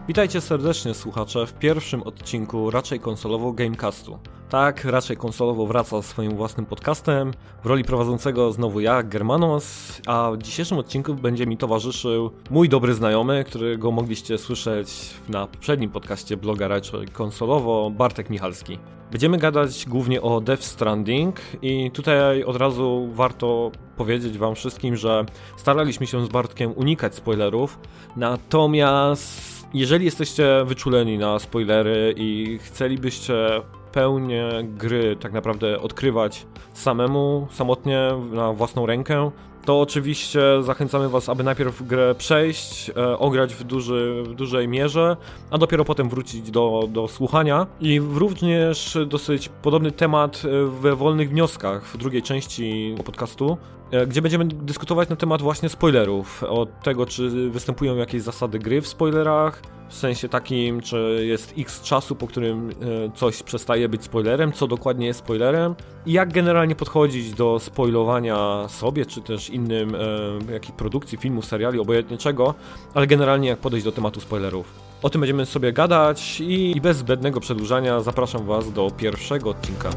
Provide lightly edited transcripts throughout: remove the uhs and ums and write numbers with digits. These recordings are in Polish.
Witajcie serdecznie, słuchacze, w pierwszym odcinku Raczej Konsolowo Gamecastu. Tak, Raczej Konsolowo wraca swoim własnym podcastem. W roli prowadzącego znowu ja, Germanos, a w dzisiejszym odcinku będzie mi towarzyszył mój dobry znajomy, którego mogliście słyszeć na poprzednim podcaście bloga Raczej Konsolowo, Bartek Michalski. Będziemy gadać głównie o Death Stranding i tutaj od razu warto powiedzieć wam wszystkim, że staraliśmy się z Bartkiem unikać spoilerów, natomiast jeżeli jesteście wyczuleni na spoilery i chcielibyście pełnię gry tak naprawdę odkrywać samotnie, na własną rękę, to oczywiście zachęcamy was, aby najpierw grę przejść, ograć w dużej mierze, a dopiero potem wrócić do słuchania. I również dosyć podobny temat we wolnych wnioskach w drugiej części podcastu, gdzie będziemy dyskutować na temat właśnie spoilerów, od tego, czy występują jakieś zasady gry w spoilerach, w sensie takim, czy jest x czasu, po którym coś przestaje być spoilerem, co dokładnie jest spoilerem i jak generalnie podchodzić do spoilowania sobie, czy też innym jakiej produkcji, filmów, seriali, obojętnie czego, ale generalnie jak podejść do tematu spoilerów. O tym będziemy sobie gadać i bez zbędnego przedłużania zapraszam was do pierwszego odcinka.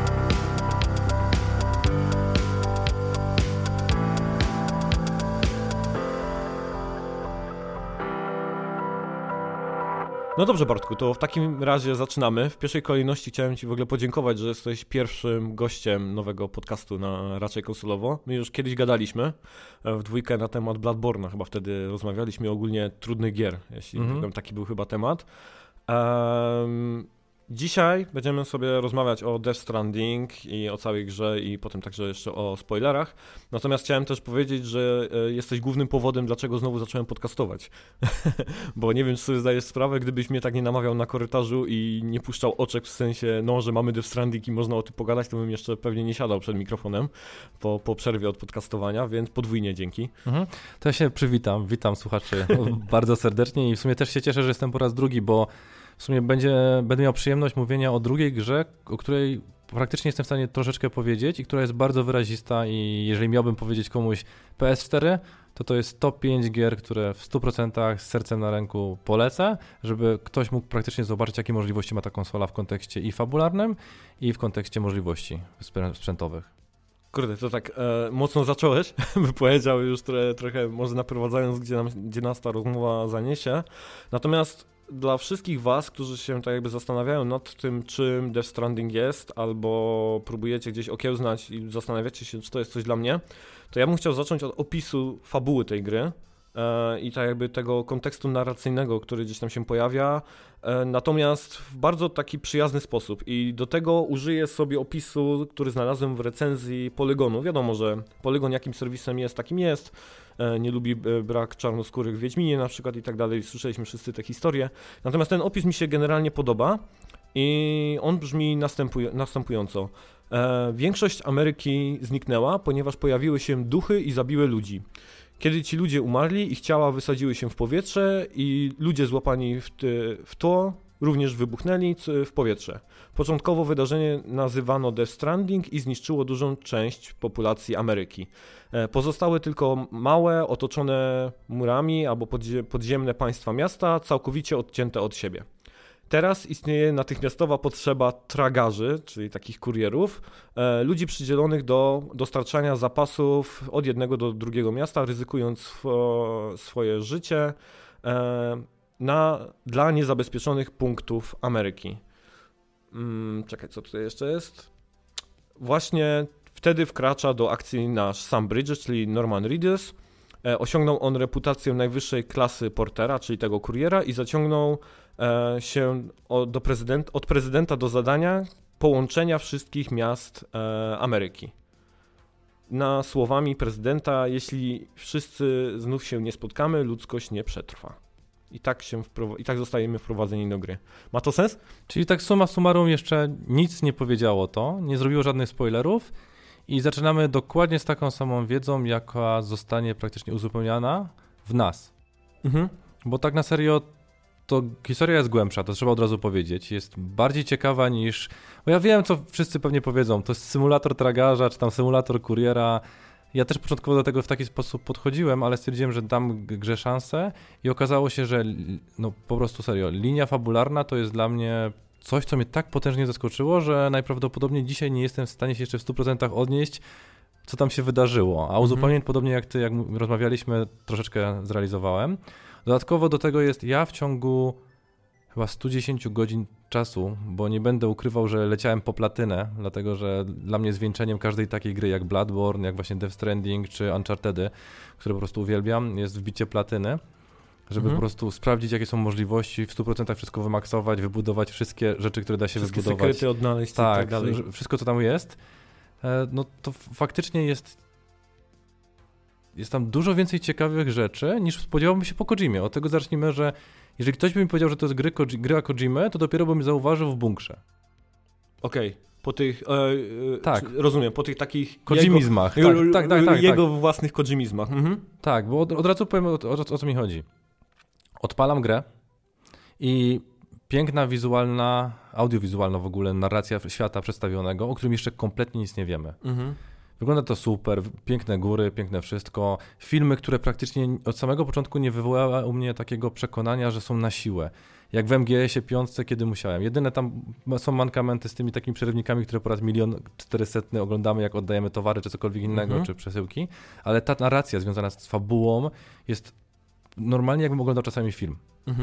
No dobrze, Bartku, to w takim razie zaczynamy. W pierwszej kolejności chciałem ci w ogóle podziękować, że jesteś pierwszym gościem nowego podcastu na Raczej Konsolowo. My już kiedyś gadaliśmy w dwójkę na temat Bloodborne'a, chyba wtedy rozmawialiśmy ogólnie trudnych gier, jeśli taki był chyba temat. Dzisiaj będziemy sobie rozmawiać o Death Stranding i o całej grze i potem także jeszcze o spoilerach. Natomiast chciałem też powiedzieć, że jesteś głównym powodem, dlaczego znowu zacząłem podcastować. Bo nie wiem, czy sobie zdajesz sprawę, gdybyś mnie tak nie namawiał na korytarzu i nie puszczał oczek w sensie, że mamy Death Stranding i można o tym pogadać, to bym jeszcze pewnie nie siadał przed mikrofonem po przerwie od podcastowania, więc podwójnie dzięki. To ja się witam słuchaczy bardzo serdecznie i w sumie też się cieszę, że jestem po raz drugi, bo w sumie będę miał przyjemność mówienia o drugiej grze, o której praktycznie jestem w stanie troszeczkę powiedzieć i która jest bardzo wyrazista i jeżeli miałbym powiedzieć komuś PS4, to jest top 5 gier, które w 100% z sercem na ręku polecę, żeby ktoś mógł praktycznie zobaczyć, jakie możliwości ma ta konsola w kontekście i fabularnym, i w kontekście możliwości sprzętowych. Kurde, to tak mocno zacząłeś, by powiedział już trochę może naprowadzając, gdzie nas ta rozmowa zaniesie. Natomiast dla wszystkich was, którzy się tak jakby zastanawiają nad tym, czym Death Stranding jest, albo próbujecie gdzieś okiełznać i zastanawiacie się, czy to jest coś dla mnie, to ja bym chciał zacząć od opisu fabuły tej gry i tak jakby tego kontekstu narracyjnego, który gdzieś tam się pojawia, natomiast w bardzo taki przyjazny sposób i do tego użyję sobie opisu, który znalazłem w recenzji Polygonu. Wiadomo, że Polygon jakim serwisem jest, takim jest, nie lubi brak czarnoskórych w Wiedźminie na przykład i tak dalej, słyszeliśmy wszyscy te historie, natomiast ten opis mi się generalnie podoba i on brzmi następująco. Większość Ameryki zniknęła, ponieważ pojawiły się duchy i zabiły ludzi. Kiedy ci ludzie umarli, ich ciała wysadziły się w powietrze i ludzie złapani w to również wybuchnęli w powietrze. Początkowo wydarzenie nazywano Death Stranding i zniszczyło dużą część populacji Ameryki. Pozostały tylko małe, otoczone murami albo podziemne państwa miasta, całkowicie odcięte od siebie. Teraz istnieje natychmiastowa potrzeba tragarzy, czyli takich kurierów, ludzi przydzielonych do dostarczania zapasów od jednego do drugiego miasta, ryzykując swoje życie dla niezabezpieczonych punktów Ameryki. Czekaj, co tutaj jeszcze jest? Właśnie wtedy wkracza do akcji nasz Sam Bridges, czyli Norman Reedus. Osiągnął on reputację najwyższej klasy portera, czyli tego kuriera i zaciągnął się od prezydenta do zadania połączenia wszystkich miast Ameryki. Na słowami prezydenta, jeśli wszyscy znów się nie spotkamy, ludzkość nie przetrwa. I tak zostajemy wprowadzeni do gry. Ma to sens? Czyli tak summa summarum jeszcze nic nie powiedziało to, nie zrobiło żadnych spoilerów i zaczynamy dokładnie z taką samą wiedzą, jaka zostanie praktycznie uzupełniana w nas. Bo tak na serio to historia jest głębsza, to trzeba od razu powiedzieć. Jest bardziej ciekawa niż... Bo ja wiem, co wszyscy pewnie powiedzą. To jest symulator tragarza, czy tam symulator kuriera. Ja też początkowo do tego w taki sposób podchodziłem, ale stwierdziłem, że dam grze szansę i okazało się, że no po prostu serio, linia fabularna to jest dla mnie coś, co mnie tak potężnie zaskoczyło, że najprawdopodobniej dzisiaj nie jestem w stanie się jeszcze w 100% odnieść, co tam się wydarzyło. A uzupełnień, podobnie jak ty, jak rozmawialiśmy, troszeczkę zrealizowałem. Dodatkowo do tego jest, ja w ciągu chyba 110 godzin czasu, bo nie będę ukrywał, że leciałem po platynę, dlatego że dla mnie zwieńczeniem każdej takiej gry jak Bloodborne, jak właśnie Death Stranding czy Unchartedy, które po prostu uwielbiam, jest wbicie platyny, żeby po prostu sprawdzić, jakie są możliwości, w 100% wszystko wymaksować, wybudować wszystkie rzeczy, które da się wszystkie wybudować. Sekrety odnaleźć i tak dalej. Wszystko, co tam jest, no to faktycznie jest tam dużo więcej ciekawych rzeczy, niż spodziewałbym się po Kojimie. Od tego zacznijmy, że jeżeli ktoś by mi powiedział, że to jest gra Kojimy, to dopiero bym zauważył w bunkrze. Okej. Po tych, tak. Rozumiem, po tych takich Kojimizmach. Jego własnych Kojimizmach. Tak, bo od razu powiem o co mi chodzi. Odpalam grę i piękna wizualna, audiowizualna w ogóle narracja świata przedstawionego, o którym jeszcze kompletnie nic nie wiemy. Wygląda to super, piękne góry, piękne wszystko. Filmy, które praktycznie od samego początku nie wywołały u mnie takiego przekonania, że są na siłę. Jak w MGS-ie 5, kiedy musiałem. Jedyne tam są mankamenty z tymi takimi przerywnikami, które po raz 1 400 000 oglądamy, jak oddajemy towary, czy cokolwiek innego, czy przesyłki. Ale ta narracja związana z fabułą jest normalnie, jakbym oglądał czasami film.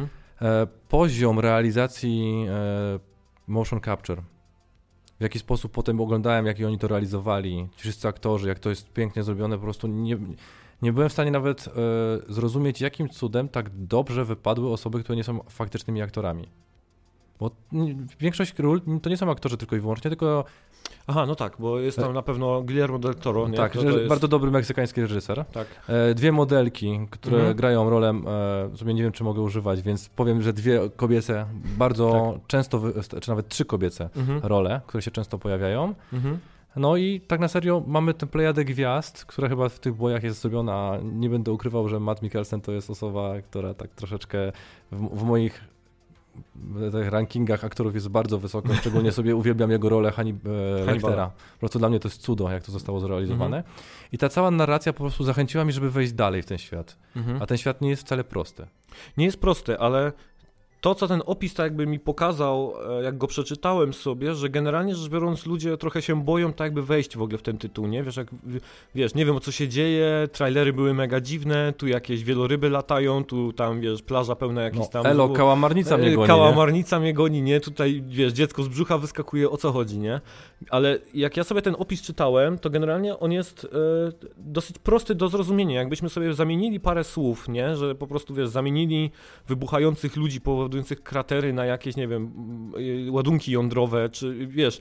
Poziom realizacji motion capture, w jaki sposób potem oglądałem, jak oni to realizowali, ci wszyscy aktorzy, jak to jest pięknie zrobione, po prostu nie byłem w stanie nawet zrozumieć, jakim cudem tak dobrze wypadły osoby, które nie są faktycznymi aktorami. Bo większość ról to nie są aktorzy tylko i wyłącznie, tylko... Aha, no tak, bo jest tam na pewno Guillermo del Toro, nie? Tak, jest... bardzo dobry meksykański reżyser. Tak. 2 modelki, które grają rolę, w sumie nie wiem, czy mogę używać, więc powiem, że 2 kobiece bardzo często, czy nawet 3 kobiece role, które się często pojawiają. No i tak na serio mamy tę plejadę gwiazd, która chyba w tych bojach jest zrobiona. Nie będę ukrywał, że Matt Mikkelsen to jest osoba, która tak troszeczkę w moich tych rankingach aktorów jest bardzo wysoko. Szczególnie sobie uwielbiam jego rolę Lectera. Po prostu dla mnie to jest cudo, jak to zostało zrealizowane. I ta cała narracja po prostu zachęciła mnie, żeby wejść dalej w ten świat. A ten świat nie jest wcale prosty. Nie jest prosty, ale to, co ten opis tak jakby mi pokazał, jak go przeczytałem sobie, że generalnie rzecz biorąc ludzie trochę się boją tak jakby wejść w ogóle w ten tytuł, nie? Wiesz, nie wiem o co się dzieje, trailery były mega dziwne, tu jakieś wieloryby latają, tu tam, wiesz, plaża pełna jakichś tam... kałamarnica mnie goni, kałamarnica mnie goni, nie? Tutaj, wiesz, dziecko z brzucha wyskakuje, o co chodzi, nie? Ale jak ja sobie ten opis czytałem, to generalnie on jest dosyć prosty do zrozumienia. Jakbyśmy sobie zamienili parę słów, nie? Że po prostu, wiesz, zamienili wybuchających ludzi powodujących kratery na jakieś, nie wiem, ładunki jądrowe, czy wiesz,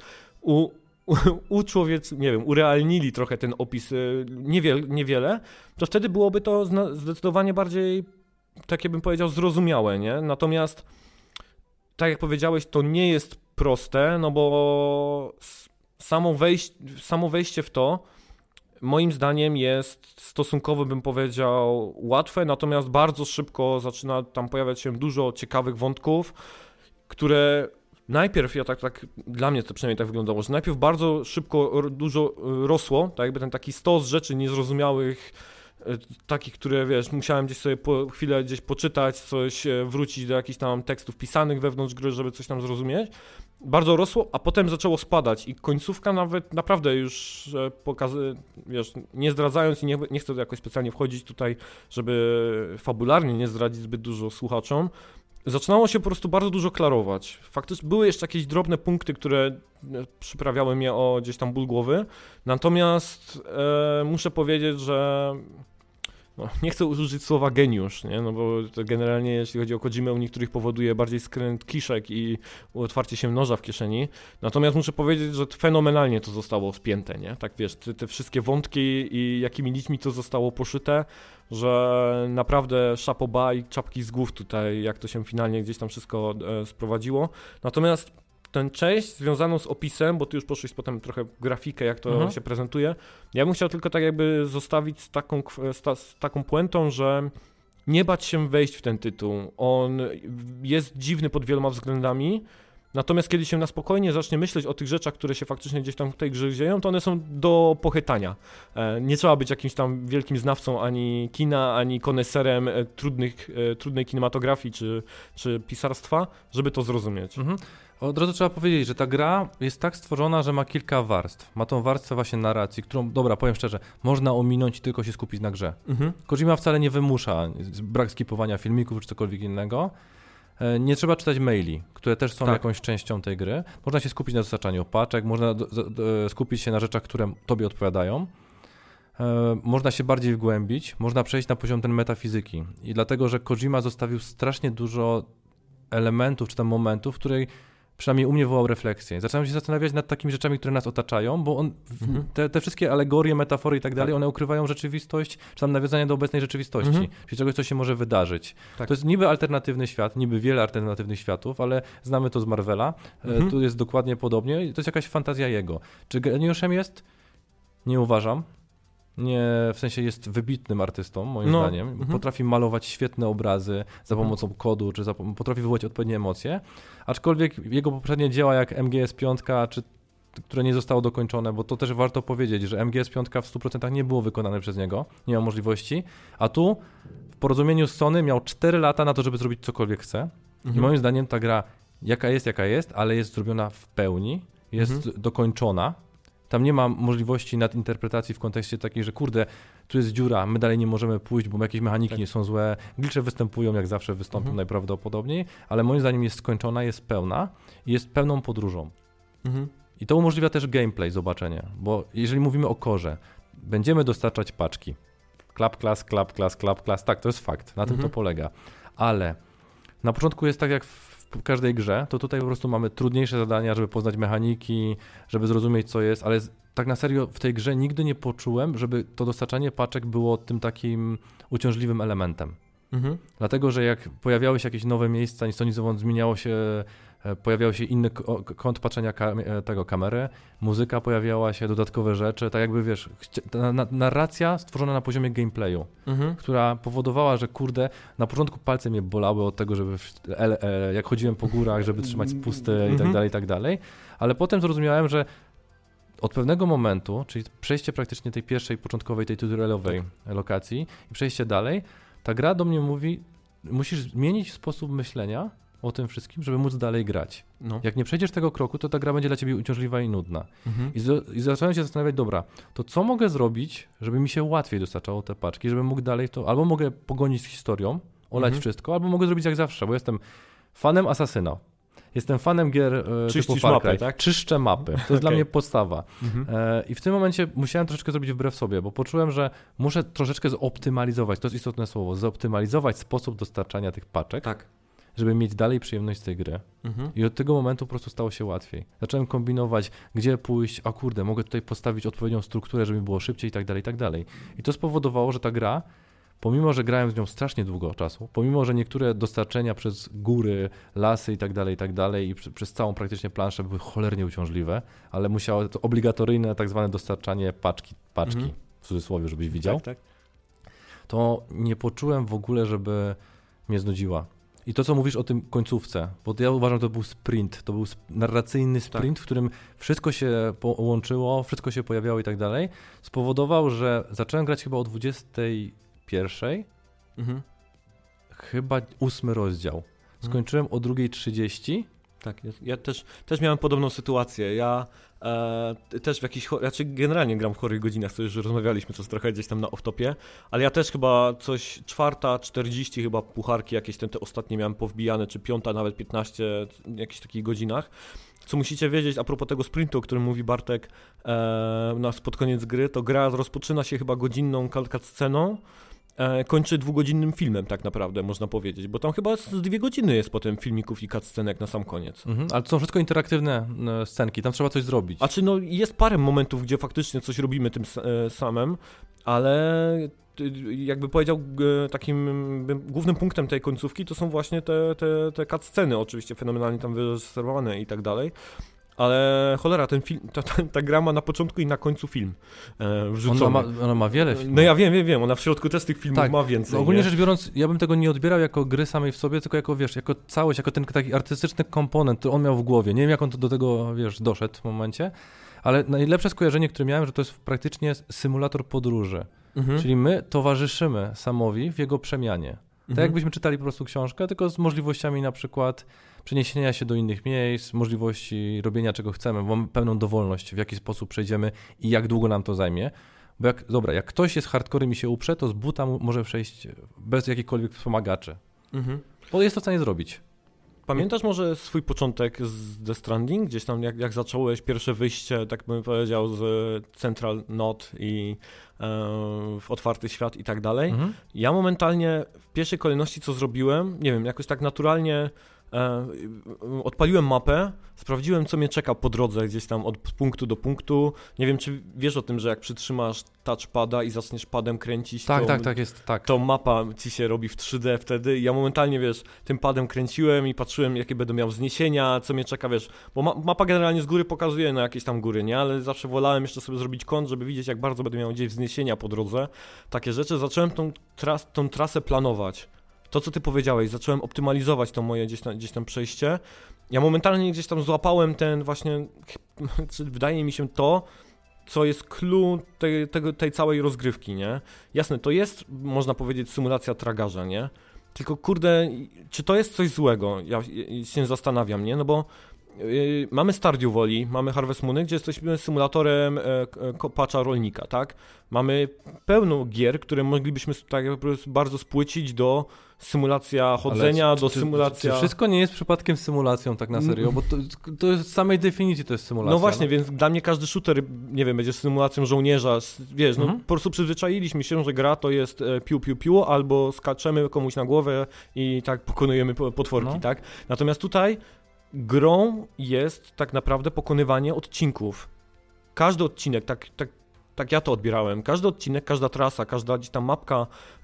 nie wiem, urealnili trochę ten opis niewiele, to wtedy byłoby to zdecydowanie bardziej, tak jakbym powiedział, zrozumiałe, nie? Natomiast, tak jak powiedziałeś, to nie jest proste, no bo samo wejście w to moim zdaniem jest stosunkowo, bym powiedział, łatwe, natomiast bardzo szybko zaczyna tam pojawiać się dużo ciekawych wątków, które najpierw, tak dla mnie to przynajmniej tak wyglądało, że najpierw bardzo szybko dużo rosło, tak jakby ten taki stos rzeczy niezrozumiałych, takich, które wiesz, musiałem gdzieś sobie chwilę gdzieś poczytać, coś wrócić do jakichś tam tekstów pisanych wewnątrz gry, żeby coś tam zrozumieć. Bardzo rosło, a potem zaczęło spadać i końcówka nawet naprawdę już wiesz, nie zdradzając i nie chcę jakoś specjalnie wchodzić tutaj, żeby fabularnie nie zdradzić zbyt dużo słuchaczom, zaczynało się po prostu bardzo dużo klarować. Faktycznie były jeszcze jakieś drobne punkty, które przyprawiały mnie o gdzieś tam ból głowy, natomiast muszę powiedzieć, że nie chcę użyć słowa geniusz, nie? No bo to generalnie jeśli chodzi o Kojimę, u niektórych powoduje bardziej skręt kiszek i otwarcie się noża w kieszeni. Natomiast muszę powiedzieć, że fenomenalnie to zostało spięte, nie? Tak wiesz, te wszystkie wątki i jakimi nićmi to zostało poszyte, że naprawdę chapeau bas i czapki z głów tutaj, jak to się finalnie gdzieś tam wszystko sprowadziło. Natomiast tę część związaną z opisem, bo ty już poszłeś potem trochę w grafikę, jak to się prezentuje, ja bym chciał tylko tak jakby zostawić z taką puentą, że nie bać się wejść w ten tytuł. On jest dziwny pod wieloma względami, Natomiast kiedy się na spokojnie zacznie myśleć o tych rzeczach, które się faktycznie gdzieś tam w tej grze dzieją, to one są do pochytania. Nie trzeba być jakimś tam wielkim znawcą ani kina, ani koneserem trudnej kinematografii czy pisarstwa, żeby to zrozumieć. Od razu trzeba powiedzieć, że ta gra jest tak stworzona, że ma kilka warstw. Ma tą warstwę właśnie narracji, którą, dobra, powiem szczerze, można ominąć i tylko się skupić na grze. Kojima wcale nie wymusza brak skipowania filmików czy cokolwiek innego. Nie trzeba czytać maili, które też są jakąś częścią tej gry. Można się skupić na dostarczaniu paczek, można skupić się na rzeczach, które tobie odpowiadają. Można się bardziej wgłębić, można przejść na poziom ten metafizyki. I dlatego, że Kojima zostawił strasznie dużo elementów czy tam momentów, w której przynajmniej u mnie wywołał refleksję. Zacząłem się zastanawiać nad takimi rzeczami, które nas otaczają, bo te wszystkie alegorie, metafory i tak dalej, one ukrywają rzeczywistość, czy tam nawiązania do obecnej rzeczywistości, czyli czegoś, co się może wydarzyć. To jest niby alternatywny świat, niby wiele alternatywnych światów, ale znamy to z Marvela, tu jest dokładnie podobnie, to jest jakaś fantazja jego. Czy geniuszem jest? Nie uważam. Nie, w sensie jest wybitnym artystą, moim zdaniem. Potrafi malować świetne obrazy za pomocą kodu, czy potrafi wywołać odpowiednie emocje. Aczkolwiek jego poprzednie dzieła jak MGS5, które nie zostało dokończone, bo to też warto powiedzieć, że MGS5 w 100% nie było wykonane przez niego, nie miał możliwości, a tu w porozumieniu z Sony miał 4 lata na to, żeby zrobić cokolwiek chce. I moim zdaniem ta gra jaka jest, ale jest zrobiona w pełni, jest dokończona. Tam nie ma możliwości nadinterpretacji w kontekście takiej, że kurde, tu jest dziura, my dalej nie możemy pójść, bo jakieś mechaniki nie są złe, glitche występują, jak zawsze wystąpią najprawdopodobniej, ale moim zdaniem jest skończona, jest pełna i jest pełną podróżą. I to umożliwia też gameplay, zobaczenie, bo jeżeli mówimy o core, będziemy dostarczać paczki. Klap, klas, tak, to jest fakt, na tym to polega, ale na początku jest tak jak w każdej grze, to tutaj po prostu mamy trudniejsze zadania, żeby poznać mechaniki, żeby zrozumieć co jest, ale tak na serio w tej grze nigdy nie poczułem, żeby to dostarczanie paczek było tym takim uciążliwym elementem. Dlatego, że jak pojawiały się jakieś nowe miejsca, nic to nic zmieniało się, pojawiał się inny kąt patrzenia tego kamery, muzyka pojawiała się, dodatkowe rzeczy, tak jakby wiesz, narracja stworzona na poziomie gameplayu, która powodowała, że kurde, na początku palce mnie bolały od tego, żeby jak chodziłem po górach, żeby trzymać spusty i tak dalej, ale potem zrozumiałem, że od pewnego momentu, czyli przejście praktycznie tej pierwszej, początkowej, tej tutorialowej lokacji i przejście dalej, ta gra do mnie mówi, musisz zmienić sposób myślenia o tym wszystkim, żeby móc dalej grać. Jak nie przejdziesz tego kroku, to ta gra będzie dla ciebie uciążliwa i nudna. I zacząłem się zastanawiać, dobra, to co mogę zrobić, żeby mi się łatwiej dostarczało te paczki, żebym mógł dalej to, albo mogę pogonić z historią, olać wszystko, albo mogę zrobić jak zawsze, bo jestem fanem Asasyna. Jestem fanem gier typu Far Cry, tak? Czyszczę mapy. To jest dla mnie podstawa. I w tym momencie musiałem troszeczkę zrobić wbrew sobie, bo poczułem, że muszę troszeczkę zoptymalizować, to jest istotne słowo, zoptymalizować sposób dostarczania tych paczek, żeby mieć dalej przyjemność z tej gry. I od tego momentu po prostu stało się łatwiej. Zacząłem kombinować, gdzie pójść, a kurde, mogę tutaj postawić odpowiednią strukturę, żeby mi było szybciej i tak dalej, i tak dalej. I to spowodowało, że ta gra, pomimo, że grałem z nią strasznie długo czasu, pomimo, że niektóre dostarczenia przez góry, lasy i tak dalej i przez całą praktycznie planszę były cholernie uciążliwe, ale musiało to obligatoryjne tak zwane dostarczanie paczki, w cudzysłowie, żebyś widział, to nie poczułem w ogóle, żeby mnie znudziła. I to, co mówisz o tym końcówce, bo ja uważam, że to był sprint, to był narracyjny sprint, w którym wszystko się połączyło, wszystko się pojawiało i tak dalej, spowodował, że zacząłem grać chyba o 21, chyba 8 rozdział. Skończyłem o 2:30. Tak, ja też miałem podobną sytuację. Ja też w jakichś, znaczy generalnie gram w chorych godzinach, co już rozmawialiśmy, co trochę gdzieś tam na off-topie, ale ja też chyba coś 4:40 chyba pucharki jakieś te ostatnie miałem powbijane, czy 5, nawet 15, jakichś takich godzinach. Co musicie wiedzieć a propos tego sprintu, o którym mówi Bartek pod koniec gry, to gra rozpoczyna się chyba godzinną cutsceną, kończy 2-godzinnym filmem tak naprawdę, można powiedzieć, bo tam chyba z 2 godziny jest potem filmików i cutscenek na sam koniec. Ale to są wszystko interaktywne scenki, tam trzeba coś zrobić. A czy jest parę momentów, gdzie faktycznie coś robimy tym samym, ale jakby powiedział, takim głównym punktem tej końcówki to są właśnie te cutsceny, oczywiście fenomenalnie tam wyreżyserowane i tak dalej. ale cholera, ten film, ta gra ma na początku i na końcu film wrzucony. Ona ma wiele filmów. No ja wiem, ona w środku też tych filmów ma więcej. No ogólnie rzecz biorąc, ja bym tego nie odbierał jako gry samej w sobie, tylko jako, wiesz, jako całość, jako ten taki artystyczny komponent, który on miał w głowie. Nie wiem, jak on do tego, wiesz, doszedł w momencie, ale najlepsze skojarzenie, które miałem, że to jest praktycznie symulator podróży. Czyli my towarzyszymy Samowi w jego przemianie. Tak jakbyśmy czytali po prostu książkę, tylko z możliwościami na przykład przeniesienia się do innych miejsc, możliwości robienia czego chcemy, bo mamy pełną dowolność, w jaki sposób przejdziemy i jak długo nam to zajmie. Bo jak ktoś jest hardcorem i się uprze, to z buta może przejść bez jakichkolwiek wspomagaczy. Bo jest to w stanie zrobić. Pamiętasz może swój początek z The Stranding? Gdzieś tam jak zacząłeś pierwsze wyjście, tak bym powiedział, z Central Nod i w otwarty świat i tak dalej. Ja momentalnie w pierwszej kolejności co zrobiłem, nie wiem, jakoś tak naturalnie odpaliłem mapę, sprawdziłem co mnie czeka po drodze gdzieś tam od punktu do punktu. Nie wiem czy wiesz o tym, że jak przytrzymasz touchpada i zaczniesz padem kręcić, to mapa ci się robi w 3D wtedy. I ja momentalnie, wiesz, tym padem kręciłem i patrzyłem jakie będę miał wzniesienia, co mnie czeka, wiesz, bo mapa generalnie z góry pokazuje na jakieś tam góry, nie? Ale zawsze wolałem jeszcze sobie zrobić kąt, żeby widzieć jak bardzo będę miał gdzieś wzniesienia po drodze. Takie rzeczy. Zacząłem tą trasę planować. To, co ty powiedziałeś, zacząłem optymalizować to moje gdzieś tam przejście. Ja momentalnie gdzieś tam złapałem ten właśnie, wydaje mi się to, co jest clue tej całej rozgrywki, nie? Jasne, to jest, można powiedzieć, symulacja tragarza, nie? Tylko kurde, czy to jest coś złego? Ja się zastanawiam, nie? No bo mamy Stardew Valley, mamy Harvest Moony, gdzie jesteśmy symulatorem kopacza rolnika, tak? Mamy pełno gier, które moglibyśmy tak bardzo spłycić do symulacja chodzenia, do symulacja... Czy wszystko nie jest przypadkiem symulacją tak na serio? Bo to jest z samej definicji to jest symulacja. No właśnie, więc dla mnie każdy shooter, nie wiem, będzie symulacją żołnierza, wiesz, no po prostu przyzwyczailiśmy się, że gra to jest piu, albo skaczemy komuś na głowę i tak pokonujemy potworki, tak? Natomiast tutaj grą jest tak naprawdę pokonywanie odcinków. Każdy odcinek, tak ja to odbierałem, każdy odcinek, każda trasa, każda gdzieś tam mapka,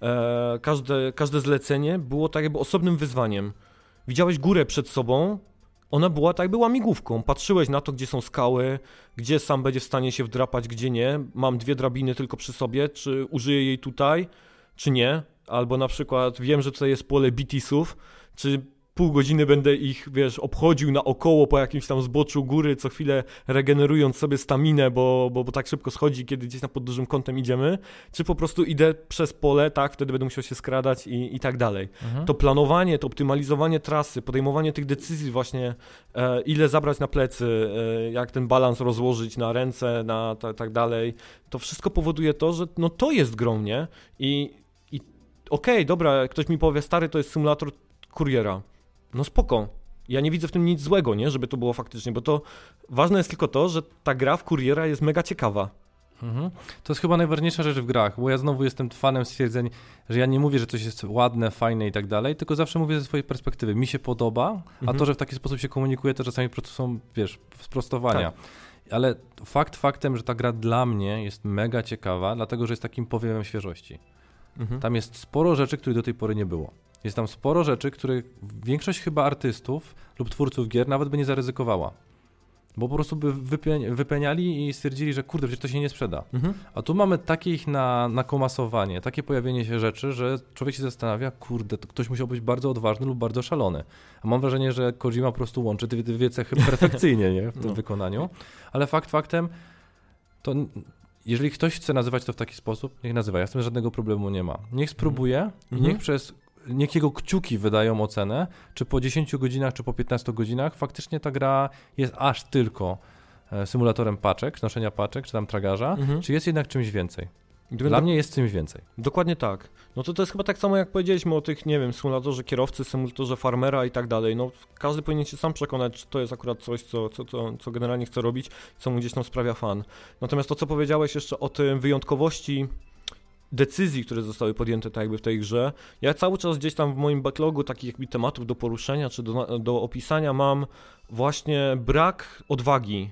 każde zlecenie było tak jakby osobnym wyzwaniem. Widziałeś górę przed sobą, ona była tak jakby łamigłówką. Patrzyłeś na to, gdzie są skały, gdzie sam będzie w stanie się wdrapać, gdzie nie. Mam 2 drabiny tylko przy sobie, czy użyję jej tutaj, czy nie. Albo na przykład wiem, że tutaj jest pole BT-sów, czy pół godziny będę ich, wiesz, obchodził naokoło po jakimś tam zboczu góry, co chwilę regenerując sobie staminę, bo tak szybko schodzi, kiedy gdzieś tam pod dużym kątem idziemy, czy po prostu idę przez pole, tak, wtedy będę musiał się skradać i tak dalej. To planowanie, to optymalizowanie trasy, podejmowanie tych decyzji właśnie, ile zabrać na plecy, jak ten balans rozłożyć na ręce, na tak dalej, to wszystko powoduje to, że no to jest grą, nie? I okej, dobra, ktoś mi powie, stary, to jest symulator kuriera. No spoko, ja nie widzę w tym nic złego, nie, żeby to było faktycznie, bo to ważne jest tylko to, że ta gra w kuriera jest mega ciekawa. To jest chyba najważniejsza rzecz w grach, bo ja znowu jestem fanem stwierdzeń, że ja nie mówię, że coś jest ładne, fajne i tak dalej, tylko zawsze mówię ze swojej perspektywy. Mi się podoba, a to, że w taki sposób się komunikuje, to czasami po prostu są, wiesz, sprostowania. Tak. Ale faktem, że ta gra dla mnie jest mega ciekawa, dlatego, że jest takim powiewem świeżości. Tam jest sporo rzeczy, których do tej pory nie było. Jest tam sporo rzeczy, których większość chyba artystów lub twórców gier nawet by nie zaryzykowała. Bo po prostu by wypeniali i stwierdzili, że kurde, przecież to się nie sprzeda. A tu mamy takie ich nakomasowanie, takie pojawienie się rzeczy, że człowiek się zastanawia, kurde, to ktoś musiał być bardzo odważny lub bardzo szalony. A mam wrażenie, że Kojima po prostu łączy te dwie cechy perfekcyjnie, nie? W tym wykonaniu. Ale faktem, to jeżeli ktoś chce nazywać to w taki sposób, niech nazywa. Ja z tym żadnego problemu nie ma. Niech spróbuje i niech jego kciuki wydają ocenę, czy po 10 godzinach, czy po 15 godzinach faktycznie ta gra jest aż tylko symulatorem paczek, noszenia paczek, czy tam tragarza, czy jest jednak czymś więcej. Dla mnie jest czymś więcej. Dokładnie tak. No to jest chyba tak samo jak powiedzieliśmy o tych, nie wiem, symulatorze kierowcy, symulatorze farmera i tak dalej. No każdy powinien się sam przekonać, czy to jest akurat coś, co generalnie chce robić, co mu gdzieś tam sprawia fan. Natomiast to, co powiedziałeś jeszcze o tym wyjątkowości decyzji, które zostały podjęte tak jakby w tej grze, ja cały czas gdzieś tam w moim backlogu takich jakby tematów do poruszenia czy do opisania mam właśnie brak odwagi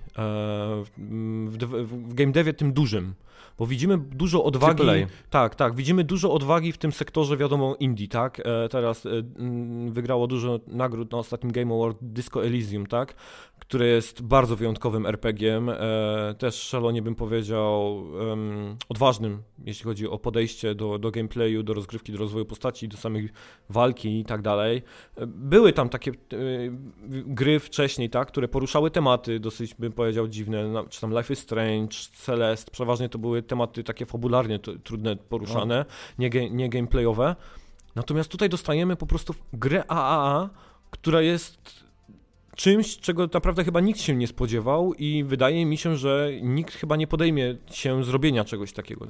w game devie tym dużym, bo widzimy dużo odwagi, tak, widzimy dużo odwagi w tym sektorze, wiadomo, indie, tak, teraz wygrało dużo nagród na ostatnim Game Award Disco Elysium, tak, które jest bardzo wyjątkowym RPG-iem, też szalonie bym powiedział odważnym, jeśli chodzi o podejście do gameplayu, do rozgrywki, do rozwoju postaci, do samej walki i tak dalej. Były tam takie gry wcześniej, tak, które poruszały tematy dosyć, bym powiedział, dziwne, czy tam Life is Strange, Celeste, przeważnie to były tematy takie fabularnie trudne poruszane, nie gameplayowe. Natomiast tutaj dostajemy po prostu grę AAA, która jest czymś, czego naprawdę chyba nikt się nie spodziewał i wydaje mi się, że nikt chyba nie podejmie się zrobienia czegoś takiego,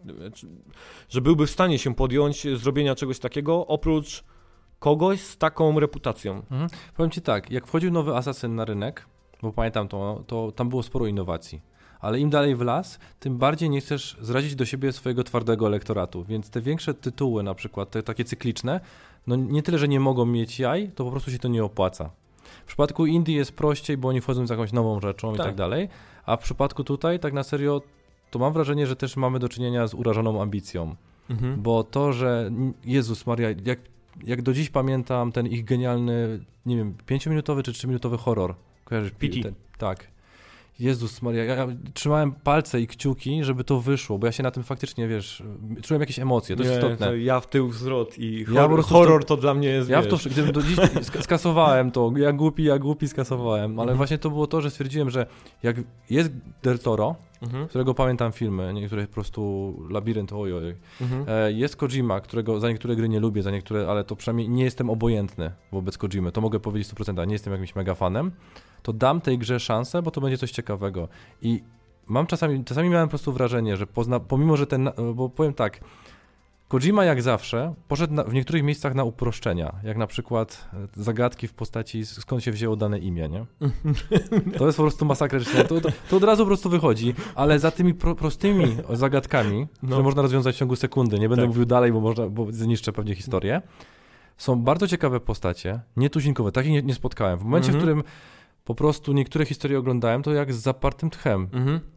że byłby w stanie się podjąć zrobienia czegoś takiego oprócz kogoś z taką reputacją. Powiem Ci tak, jak wchodził nowy Assassin na rynek, bo pamiętam to tam było sporo innowacji, ale im dalej w las, tym bardziej nie chcesz zrazić do siebie swojego twardego elektoratu, więc te większe tytuły, na przykład te takie cykliczne, no nie tyle, że nie mogą mieć jaj, to po prostu się to nie opłaca. W przypadku Indie jest prościej, bo oni wchodzą z jakąś nową rzeczą i tak dalej, a w przypadku tutaj, tak na serio, to mam wrażenie, że też mamy do czynienia z urażoną ambicją, bo to, że Jezus Maria, jak do dziś pamiętam ten ich genialny, nie wiem, 5-minutowy czy 3-minutowy horror, kojarzysz? PT. Tak. Jezus Maria, ja trzymałem palce i kciuki, żeby to wyszło, bo ja się na tym faktycznie, wiesz, czułem jakieś emocje, to jest istotne. To ja w tył zwrot i horror to dla mnie jest, ja gdybym do dziś skasowałem to, jak głupi skasowałem, ale właśnie to było to, że stwierdziłem, że jak jest Del Toro, którego pamiętam filmy, niektóre po prostu Labirynt, ojoj, jest Kojima, za niektóre gry nie lubię, za niektóre, ale to przynajmniej nie jestem obojętny wobec Kojimy, to mogę powiedzieć 100%, nie jestem jakimś mega fanem, to dam tej grze szansę, bo to będzie coś ciekawego. I mam czasami miałem po prostu wrażenie, że pomimo, że bo powiem tak, Kojima jak zawsze poszedł w niektórych miejscach na uproszczenia, jak na przykład zagadki w postaci skąd się wzięło dane imię, nie? To jest po prostu masakryczne, to od razu po prostu wychodzi, ale za tymi prostymi zagadkami, które można rozwiązać w ciągu sekundy, nie będę mówił dalej, bo zniszczę pewnie historię, są bardzo ciekawe postacie, nietuzinkowe, takich nie spotkałem. W momencie, w którym po prostu niektóre historie oglądałem, to jak z zapartym tchem.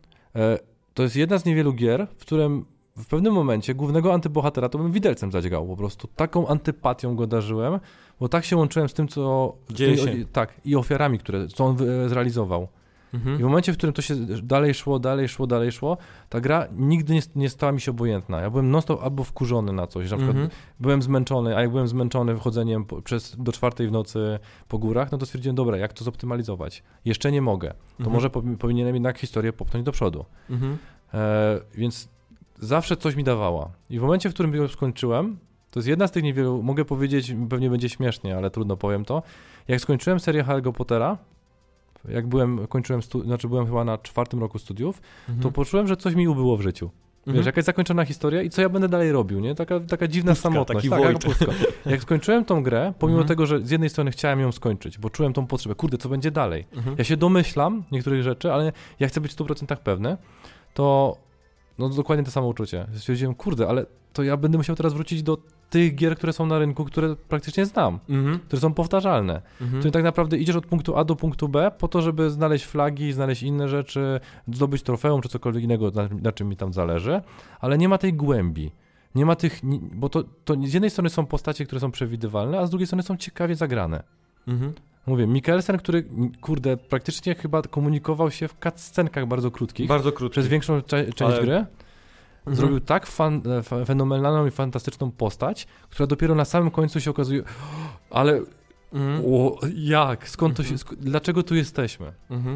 To jest jedna z niewielu gier, w którym w pewnym momencie głównego antybohatera to bym widelcem zadźgał po prostu. Taką antypatią go darzyłem, bo tak się łączyłem z tym, co dzieje się. Tak, i ofiarami, co on zrealizował. I w momencie, w którym to się dalej szło, ta gra nigdy nie stała mi się obojętna. Ja byłem non-stop albo wkurzony na coś, na przykład byłem zmęczony, a jak byłem zmęczony wychodzeniem do 4 w nocy po górach, no to stwierdziłem, dobra, jak to zoptymalizować? Jeszcze nie mogę. To może powinienem jednak historię popchnąć do przodu. Więc zawsze coś mi dawała. I w momencie, w którym ją skończyłem, to jest jedna z tych niewielu, mogę powiedzieć, pewnie będzie śmiesznie, ale trudno powiem to, jak skończyłem serię Harry'ego Pottera, jak byłem chyba na 4. roku studiów, to poczułem, że coś mi ubyło w życiu. Wiesz, jakaś zakończona historia i co ja będę dalej robił, nie? Taka dziwna samotność. Jak skończyłem tą grę, pomimo tego, że z jednej strony chciałem ją skończyć, bo czułem tą potrzebę, kurde, co będzie dalej? Ja się domyślam niektórych rzeczy, ale ja chcę być w 100% pewny, to no dokładnie to samo uczucie. Stwierdziłem, kurde, ale to ja będę musiał teraz wrócić do tych gier, które są na rynku, które praktycznie znam, które są powtarzalne. Czyli tak naprawdę idziesz od punktu A do punktu B po to, żeby znaleźć flagi, znaleźć inne rzeczy, zdobyć trofeum czy cokolwiek innego, na czym mi tam zależy, ale nie ma tej głębi. Nie ma tych, bo to z jednej strony są postacie, które są przewidywalne, a z drugiej strony są ciekawie zagrane. Mówię, Mikkelsen, który, kurde, praktycznie chyba komunikował się w cutscenkach bardzo krótkich. Przez większą część gry. Zrobił tak fenomenalną i fantastyczną postać, która dopiero na samym końcu się okazuje, ale jak? Skąd to się, dlaczego tu jesteśmy?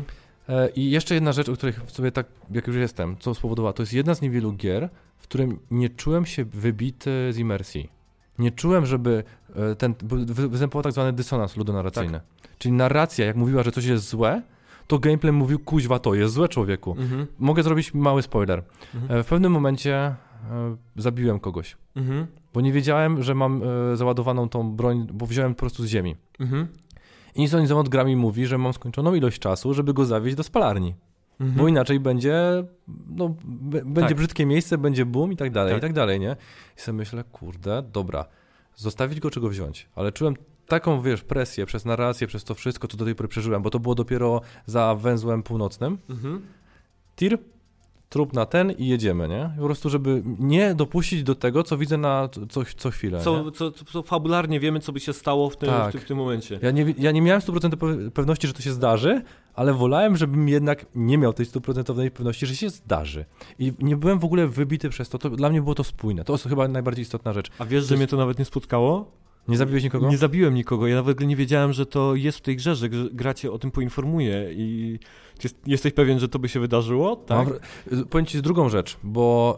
I jeszcze jedna rzecz, o której sobie tak, jak już jestem, co spowodowała, to jest jedna z niewielu gier, w którym nie czułem się wybity z imersji. Nie czułem, żeby występował tak zwany dysonans ludonarracyjny. Tak. Czyli narracja, jak mówiła, że coś jest złe, to gameplay mówił, kuźwa, to jest złe, człowieku. Mogę zrobić mały spoiler. W pewnym momencie zabiłem kogoś, bo nie wiedziałem, że mam załadowaną tą broń, bo wziąłem po prostu z ziemi. I nic od gra mi mówi, że mam skończoną ilość czasu, żeby go zawieźć do spalarni. Bo inaczej będzie brzydkie miejsce, będzie boom i tak dalej, nie? I sobie myślę, kurde, dobra, zostawić go, czy go wziąć? Ale czułem taką, wiesz, presję przez narrację, przez to wszystko, co do tej pory przeżyłem, bo to było dopiero za węzłem północnym. Tir, trup na ten i jedziemy, nie? Po prostu, żeby nie dopuścić do tego, co widzę na co chwilę. Co fabularnie wiemy, co by się stało w tym momencie. Ja nie miałem 100% pewności, że to się zdarzy, ale wolałem, żebym jednak nie miał tej 100% pewności, że się zdarzy. I nie byłem w ogóle wybity przez to. Dla mnie było to spójne. To jest chyba najbardziej istotna rzecz. A wiesz, że mnie to nawet nie spotkało? Nie zabiłeś nikogo? Nie zabiłem nikogo. Ja nawet nie wiedziałem, że to jest w tej grze, że gra cię o tym poinformuje i jesteś pewien, że to by się wydarzyło? Tak? Powiem ci drugą rzecz, bo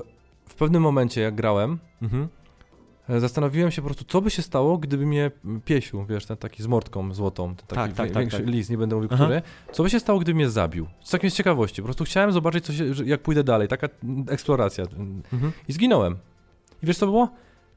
w pewnym momencie, jak grałem, zastanowiłem się po prostu, co by się stało, gdyby mnie piesił, wiesz, ten taki z mordką złotą, ten taki większy lis, nie będę mówił, który. Co by się stało, gdyby mnie zabił? Tak z ciekawości. Po prostu chciałem zobaczyć, jak pójdę dalej. Taka eksploracja. I zginąłem. I wiesz, co było?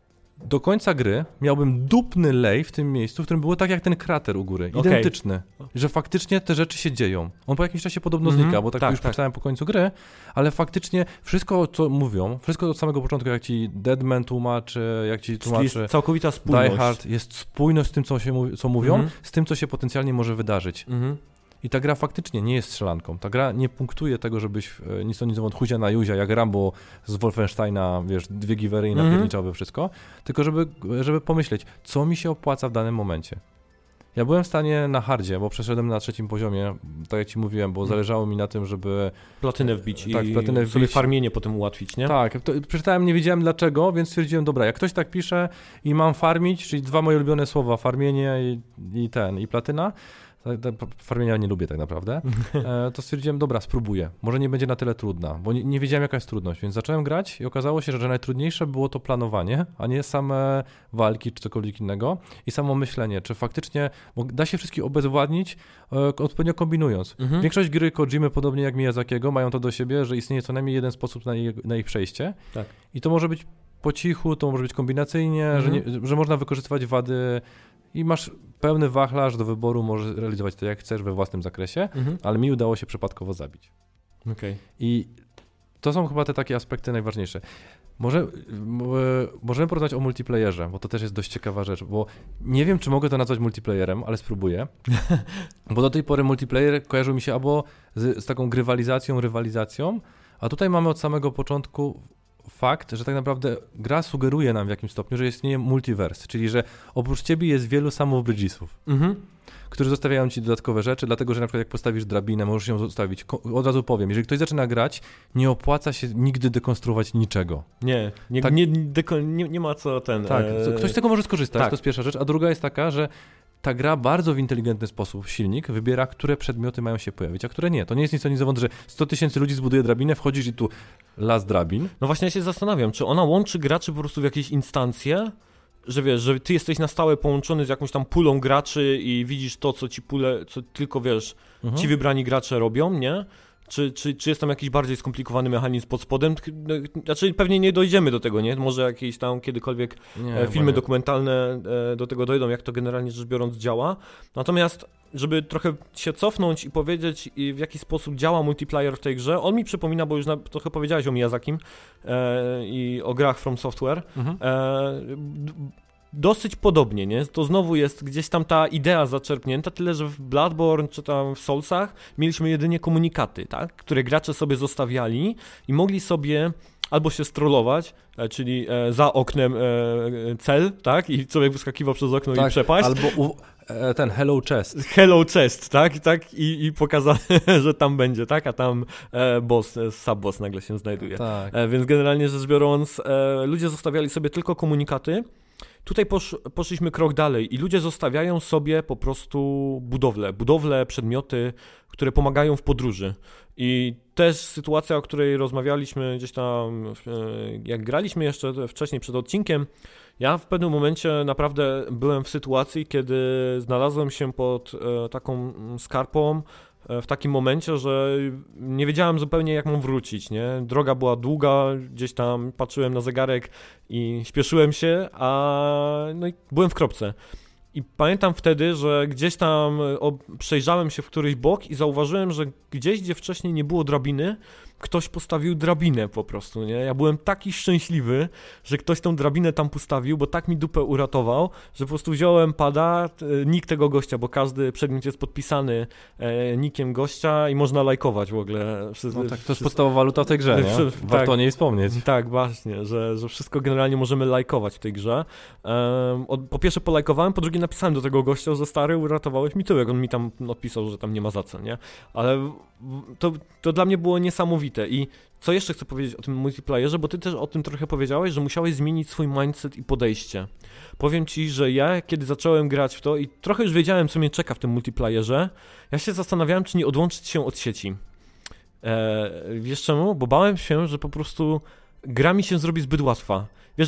Do końca gry miałbym dupny lej w tym miejscu, w którym było tak jak ten krater u góry. Identyczny. Że faktycznie te rzeczy się dzieją. On po jakimś czasie podobno znika, bo tak już przeczytałem po końcu gry, ale faktycznie wszystko, co mówią, wszystko od samego początku, jak ci Deadman tłumaczy, jak ci tłumaczy jest całkowita spójność. Die Hard, jest spójność z tym, co mówią, z tym, co się potencjalnie może wydarzyć. I ta gra faktycznie nie jest strzelanką. Ta gra nie punktuje tego, żebyś nic to nic od chuzia na juzia, jak Rambo z Wolfensteina, wiesz, 2 giwery i napierniczał we wszystko, tylko żeby pomyśleć, co mi się opłaca w danym momencie. Ja byłem w stanie na hardzie, bo przeszedłem na 3. poziomie, tak jak ci mówiłem, bo zależało mi na tym, żeby platynę wbić i sobie farmienie potem ułatwić, nie? Tak, przeczytałem, nie wiedziałem dlaczego, więc stwierdziłem, dobra, jak ktoś tak pisze i mam farmić, czyli 2 moje ulubione słowa, farmienie i platyna, farmienia nie lubię tak naprawdę, to stwierdziłem, dobra, spróbuję. Może nie będzie na tyle trudna, bo nie wiedziałem, jaka jest trudność, więc zacząłem grać i okazało się, że najtrudniejsze było to planowanie, a nie same walki czy cokolwiek innego i samo myślenie, czy faktycznie da się wszystkich obezwładnić, odpowiednio kombinując. Większość gry Kojimy, podobnie jak Miyazakiego, mają to do siebie, że istnieje co najmniej jeden sposób na ich przejście i to może być po cichu, to może być kombinacyjnie, że można wykorzystywać wady i masz pełny wachlarz do wyboru, możesz realizować to jak chcesz we własnym zakresie, ale mi udało się przypadkowo zabić. I to są chyba te takie aspekty najważniejsze. Możemy porozmawiać o multiplayerze, bo to też jest dość ciekawa rzecz, bo nie wiem, czy mogę to nazwać multiplayerem, ale spróbuję, bo do tej pory multiplayer kojarzył mi się albo z taką rywalizacją, a tutaj mamy od samego początku fakt, że tak naprawdę gra sugeruje nam w jakimś stopniu, że istnieje multiverse, czyli że oprócz ciebie jest wielu samów Bridgesów, którzy zostawiają ci dodatkowe rzeczy, dlatego że na przykład jak postawisz drabinę, możesz ją zostawić. Od razu powiem, jeżeli ktoś zaczyna grać, nie opłaca się nigdy dekonstruować niczego. Nie ma co ktoś z tego może skorzystać, to jest pierwsza rzecz, a druga jest taka, że ta gra bardzo w inteligentny sposób, silnik, wybiera, które przedmioty mają się pojawić, a które nie. To nie jest nic że 100 000 ludzi zbuduje drabinę, wchodzisz i tu las drabin. No właśnie ja się zastanawiam, czy ona łączy graczy po prostu w jakieś instancje, że wiesz, że ty jesteś na stałe połączony z jakąś tam pulą graczy i widzisz to, co tylko wiesz, ci wybrani gracze robią, nie? Czy jest tam jakiś bardziej skomplikowany mechanizm pod spodem? Znaczy pewnie nie dojdziemy do tego, nie? Może jakieś tam kiedykolwiek filmy dokumentalne do tego dojdą, jak to generalnie rzecz biorąc działa. Natomiast, żeby trochę się cofnąć i powiedzieć, w jaki sposób działa multiplayer w tej grze, on mi przypomina, bo już trochę powiedziałeś o Miyazakim i o grach From Software, dosyć podobnie, nie? To znowu jest gdzieś tam ta idea zaczerpnięta, tyle że w Bloodborne czy tam w Soulsach mieliśmy jedynie komunikaty, tak? Które gracze sobie zostawiali i mogli sobie albo się strollować, czyli za oknem cel, tak? I człowiek wyskakiwał przez okno i przepaść. Albo ten Hello Chest. Hello Chest, tak? I pokazane, że tam będzie, tak? A tam sub-boss nagle się znajduje. Tak. Więc generalnie rzecz biorąc, ludzie zostawiali sobie tylko komunikaty. Tutaj poszliśmy krok dalej i ludzie zostawiają sobie po prostu budowle, przedmioty, które pomagają w podróży. I też sytuacja, o której rozmawialiśmy gdzieś tam, jak graliśmy jeszcze wcześniej przed odcinkiem, ja w pewnym momencie naprawdę byłem w sytuacji, kiedy znalazłem się pod taką skarpą, w takim momencie, że nie wiedziałem zupełnie, jak mam wrócić, nie? Droga była długa, gdzieś tam patrzyłem na zegarek i śpieszyłem się, no i byłem w kropce. I pamiętam wtedy, że gdzieś tam przejrzałem się w któryś bok i zauważyłem, że gdzieś, gdzie wcześniej nie było drabiny, ktoś postawił drabinę po prostu, nie? Ja byłem taki szczęśliwy, że ktoś tą drabinę tam postawił, bo tak mi dupę uratował, że po prostu wziąłem pada, nick tego gościa, bo każdy przedmiot jest podpisany nickiem gościa i można lajkować w ogóle. No tak, to jest podstawowa waluta w tej grze, nie? Warto o niej wspomnieć. Tak, właśnie, że wszystko generalnie możemy lajkować w tej grze. Po pierwsze polajkowałem, po drugie napisałem do tego gościa, że stary, uratowałeś mi tyłek. On mi tam odpisał, że tam nie ma za co, nie? Ale to dla mnie było niesamowite. I co jeszcze chcę powiedzieć o tym multiplayerze, bo ty też o tym trochę powiedziałeś, że musiałeś zmienić swój mindset i podejście. Powiem ci, że ja, kiedy zacząłem grać w to i trochę już wiedziałem, co mnie czeka w tym multiplayerze, ja się zastanawiałem, czy nie odłączyć się od sieci. Wiesz czemu? Bo bałem się, że po prostu gra mi się zrobi zbyt łatwa.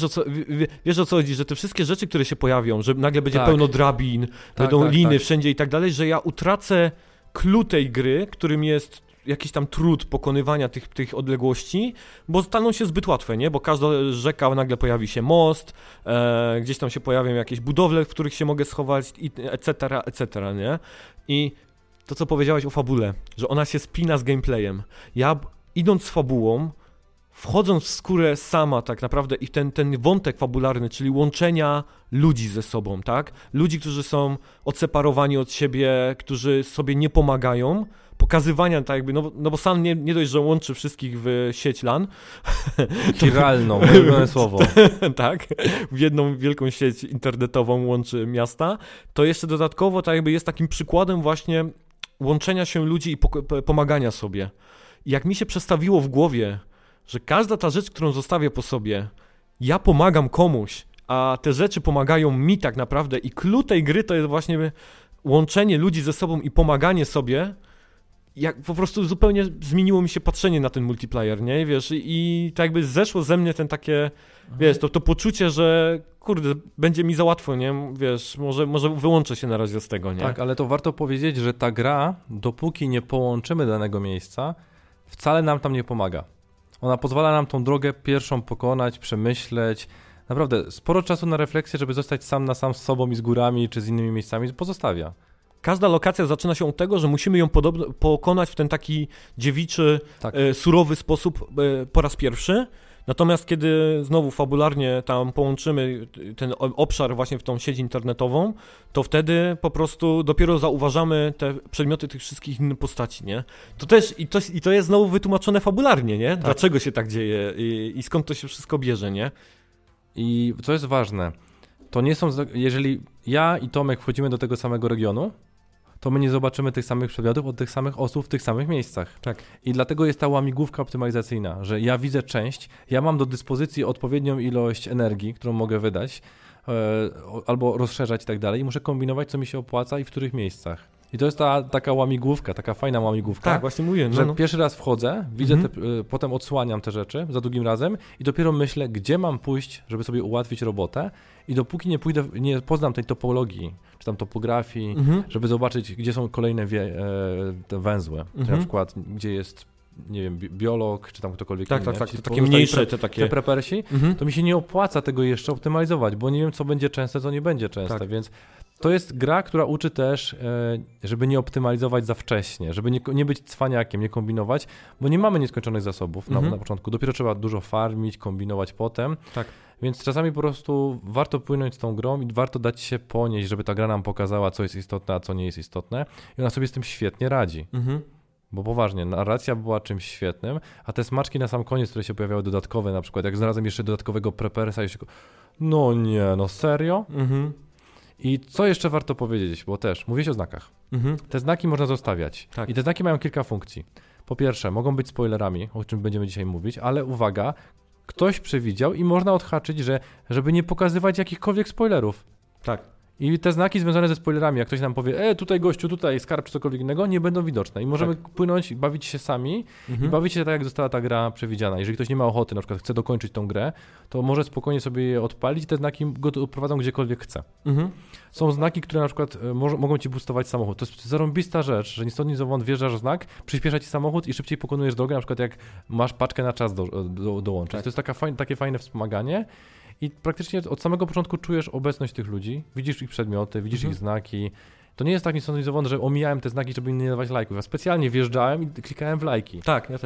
Wiesz o co chodzi, że te wszystkie rzeczy, które się pojawią, że nagle będzie pełno drabin, będą liny wszędzie i tak dalej, że ja utracę clue tej gry, którym jest jakiś tam trud pokonywania tych odległości, bo staną się zbyt łatwe, nie? Bo każda rzeka nagle pojawi się most, gdzieś tam się pojawią jakieś budowle, w których się mogę schować, etc., nie? I to, co powiedziałeś o fabule, że ona się spina z gameplayem. Ja idąc z fabułą, wchodząc w skórę sama tak naprawdę i ten wątek fabularny, czyli łączenia ludzi ze sobą, tak? Ludzi, którzy są odseparowani od siebie, którzy sobie nie pomagają, pokazywania tak jakby, no bo sam nie dość, że łączy wszystkich w sieć LAN. Chiralną, ulubione słowo. Tak, w jedną wielką sieć internetową łączy miasta, to jeszcze dodatkowo tak jakby jest takim przykładem właśnie łączenia się ludzi i pomagania sobie. I jak mi się przestawiło w głowie, że każda ta rzecz, którą zostawię po sobie, ja pomagam komuś, a te rzeczy pomagają mi tak naprawdę i clue tej gry to jest właśnie łączenie ludzi ze sobą i pomaganie sobie, jak po prostu zupełnie zmieniło mi się patrzenie na ten multiplayer, nie? Wiesz, i tak jakby zeszło ze mnie ten takie, wiesz, to poczucie, że kurde, będzie mi za łatwo, nie? Wiesz, może wyłączę się na razie z tego, nie? Tak, ale to warto powiedzieć, że ta gra, dopóki nie połączymy danego miejsca, wcale nam tam nie pomaga. Ona pozwala nam tą drogę pierwszą pokonać, przemyśleć. Naprawdę sporo czasu na refleksję, żeby zostać sam na sam z sobą i z górami czy z innymi miejscami pozostawia. Każda lokacja zaczyna się od tego, że musimy ją pokonać w ten taki dziewiczy, surowy sposób po raz pierwszy. Natomiast kiedy znowu fabularnie tam połączymy ten obszar właśnie w tą sieć internetową, to wtedy po prostu dopiero zauważamy te przedmioty tych wszystkich innych postaci, nie? To też i to jest znowu wytłumaczone fabularnie, nie? Tak. Dlaczego się tak dzieje i skąd to się wszystko bierze, nie? I co jest ważne, to nie są, jeżeli ja i Tomek wchodzimy do tego samego regionu, to my nie zobaczymy tych samych przedmiotów od tych samych osób w tych samych miejscach. Tak. I dlatego jest ta łamigłówka optymalizacyjna, że ja widzę część, ja mam do dyspozycji odpowiednią ilość energii, którą mogę wydać, albo rozszerzać i tak dalej i muszę kombinować, co mi się opłaca i w których miejscach. I to jest taka łamigłówka, taka fajna łamigłówka. Tak, właśnie mówię. Że pierwszy raz wchodzę, widzę, potem odsłaniam te rzeczy za drugim razem i dopiero myślę, gdzie mam pójść, żeby sobie ułatwić robotę i dopóki nie poznam tej topologii, czy tam topografii, żeby zobaczyć, gdzie są kolejne te węzły, czy na przykład, gdzie jest, nie wiem, biolog, czy tam ktokolwiek inny. Tak, to takie mniejsze, te prepersi, to mi się nie opłaca tego jeszcze optymalizować, bo nie wiem, co będzie częste, co nie będzie częste, więc to jest gra, która uczy też, żeby nie optymalizować za wcześnie, żeby nie być cwaniakiem, nie kombinować, bo nie mamy nieskończonych zasobów na początku. Dopiero trzeba dużo farmić, kombinować potem. Tak. Więc czasami po prostu warto płynąć z tą grą i warto dać się ponieść, żeby ta gra nam pokazała, co jest istotne, a co nie jest istotne. I ona sobie z tym świetnie radzi. Bo poważnie, narracja była czymś świetnym, a te smaczki na sam koniec, które się pojawiały dodatkowe, na przykład jak znalazłem jeszcze dodatkowego prepersa i się no nie, no serio? I co jeszcze warto powiedzieć, bo też mówiłeś o znakach. Te znaki można zostawiać. Tak. I te znaki mają kilka funkcji. Po pierwsze, mogą być spoilerami, o czym będziemy dzisiaj mówić, ale uwaga, ktoś przewidział i można odhaczyć, żeby nie pokazywać jakichkolwiek spoilerów. Tak. I te znaki związane ze spoilerami, jak ktoś nam powie, tutaj gościu, tutaj skarb czy cokolwiek innego, nie będą widoczne. I możemy płynąć i bawić się sami i bawić się tak, jak została ta gra przewidziana. Jeżeli ktoś nie ma ochoty, na przykład chce dokończyć tą grę, to może spokojnie sobie je odpalić i te znaki go prowadzą gdziekolwiek chce. Są znaki, które na przykład mogą ci boostować samochód. To jest zarąbista rzecz, że ni stąd ni zowąd wjeżdżasz w znak, przyspiesza ci samochód i szybciej pokonujesz drogę, na przykład jak masz paczkę na czas dołączyć. Tak. To jest takie fajne wspomaganie. I praktycznie od samego początku czujesz obecność tych ludzi, widzisz ich przedmioty, widzisz ich znaki. To nie jest tak niesądzone, że omijałem te znaki, żeby im nie dawać lajków. Ja specjalnie wjeżdżałem i klikałem w lajki. Tak, ja też.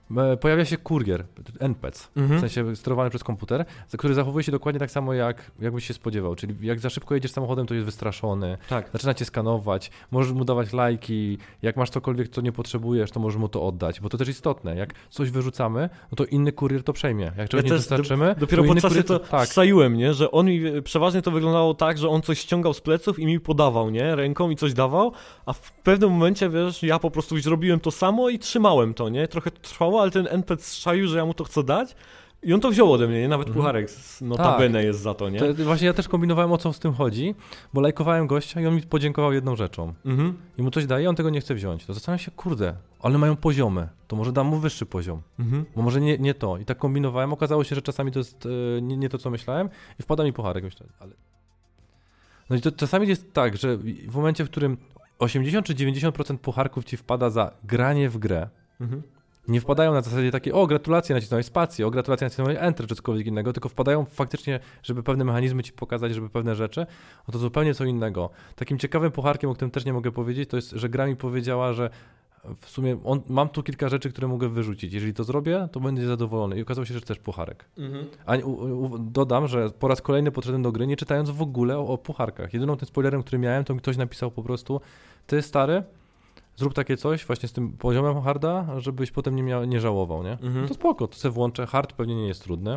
Pojawia się kurier, NPC, w sensie sterowany przez komputer, który zachowuje się dokładnie tak samo, jakbyś się spodziewał. Czyli jak za szybko jedziesz samochodem, to jest wystraszony, zaczyna cię skanować, możesz mu dawać lajki, jak masz cokolwiek, co nie potrzebujesz, to możesz mu to oddać, bo to też istotne. Jak coś wyrzucamy, no to inny kurier to przejmie. Jak czegoś nie dostarczymy, dopiero po czasie to strzaiłem, nie? Że on mi, przeważnie to wyglądało tak, że on coś ściągał z pleców i mi podawał, nie? Ręką i coś dawał, a w pewnym momencie, wiesz, ja po prostu zrobiłem to samo i trzymałem to, nie? Trochę to trwało, ale ten NPC strzaił, że ja mu to chcę dać i on to wziął ode mnie, nie? Nawet pucharek notabene jest za to, nie? To właśnie ja też kombinowałem, o co z tym chodzi, bo lajkowałem gościa i on mi podziękował jedną rzeczą. I mu coś daje, on tego nie chce wziąć. To zastanawiam się, kurde, ale mają poziomy, to może dam mu wyższy poziom, bo może nie to. I tak kombinowałem, okazało się, że czasami to jest nie to, co myślałem i wpada mi pucharek. Myślę, ale... No i to czasami jest tak, że w momencie, w którym 80 czy 90% pucharków ci wpada za granie w grę, nie wpadają na zasadzie takiej, o gratulacje, nacisnąłeś spację, o gratulacje, nacisnąłeś enter czy cokolwiek innego, tylko wpadają faktycznie, żeby pewne mechanizmy ci pokazać, żeby pewne rzeczy, no to zupełnie co innego. Takim ciekawym pucharkiem, o którym też nie mogę powiedzieć, to jest, że gra mi powiedziała, że w sumie mam tu kilka rzeczy, które mogę wyrzucić. Jeżeli to zrobię, to będę zadowolony. I okazało się, że też pucharek. A dodam, że po raz kolejny podszedłem do gry, nie czytając w ogóle o pucharkach. Jedyną tym spoilerem, który miałem, to mi ktoś napisał po prostu, ty stary, zrób takie coś właśnie z tym poziomem harda, żebyś potem nie żałował, nie? To spoko, to sobie włączę. Hard pewnie nie jest trudny.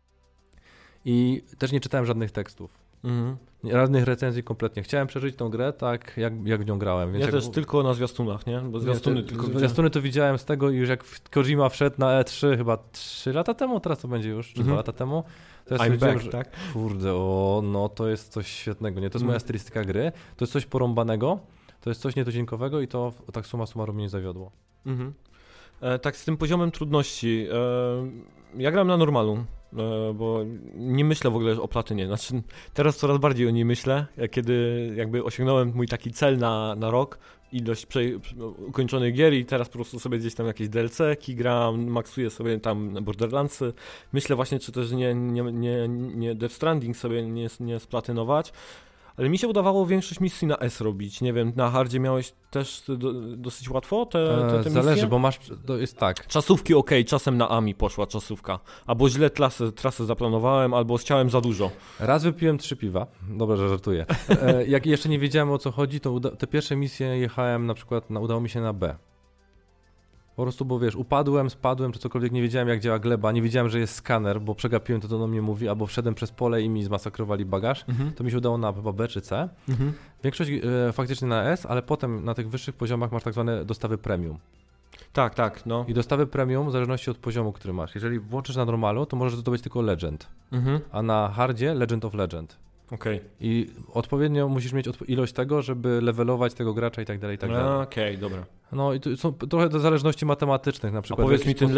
I też nie czytałem żadnych tekstów. Żadnych recenzji kompletnie. Chciałem przeżyć tą grę tak, jak w nią grałem. Więc ja też tylko na zwiastunach, nie? Bo zwiastuny to widziałem z tego już jak Kojima wszedł na E3 chyba 3 lata temu, teraz to będzie już, czy 2 lata temu. To ja I'm back, że, tak? Kurde, no to jest coś świetnego, nie? To jest moja stylistyka gry, to jest coś porąbanego, to jest coś nietuzinkowego i to tak summa summarum mnie nie zawiodło. Tak, z tym poziomem trudności. Ja gram na normalu, bo nie myślę w ogóle o platynie. Znaczy, teraz coraz bardziej o niej myślę, kiedy jakby osiągnąłem mój taki cel na rok, ilość ukończonych gier i teraz po prostu sobie gdzieś tam jakieś DLC-ki gram, maksuję sobie tam Borderlandsy. Myślę właśnie, czy też nie Death Stranding sobie nie splatynować. Ale mi się udawało większość misji na S robić. Nie wiem, na hardzie miałeś też dosyć łatwo te misje? Zależy, bo masz, to jest tak. Czasówki czasem na A mi poszła czasówka. Albo źle trasę zaplanowałem, albo chciałem za dużo. Raz wypiłem 3 piwa. Dobra, że żartuję. Jak jeszcze nie wiedziałem, o co chodzi, to te pierwsze misje jechałem na przykład, udało mi się na B. Po prostu, bo wiesz, upadłem, spadłem, czy cokolwiek, nie wiedziałem jak działa gleba, nie wiedziałem, że jest skaner, bo przegapiłem to, co do mnie mówi, albo wszedłem przez pole i mi zmasakrowali bagaż, to mi się udało na chyba B czy C. Większość faktycznie na S, ale potem na tych wyższych poziomach masz tak zwane dostawy premium. Tak, no. I dostawy premium w zależności od poziomu, który masz. Jeżeli włączysz na normalu, to możesz zdobyć tylko Legend, a na hardzie Legend of Legend. I odpowiednio musisz mieć ilość tego, żeby levelować tego gracza i tak dalej, i tak dalej. Dobra. No i to są trochę do zależności matematycznych na przykład. A powiedz mi, ten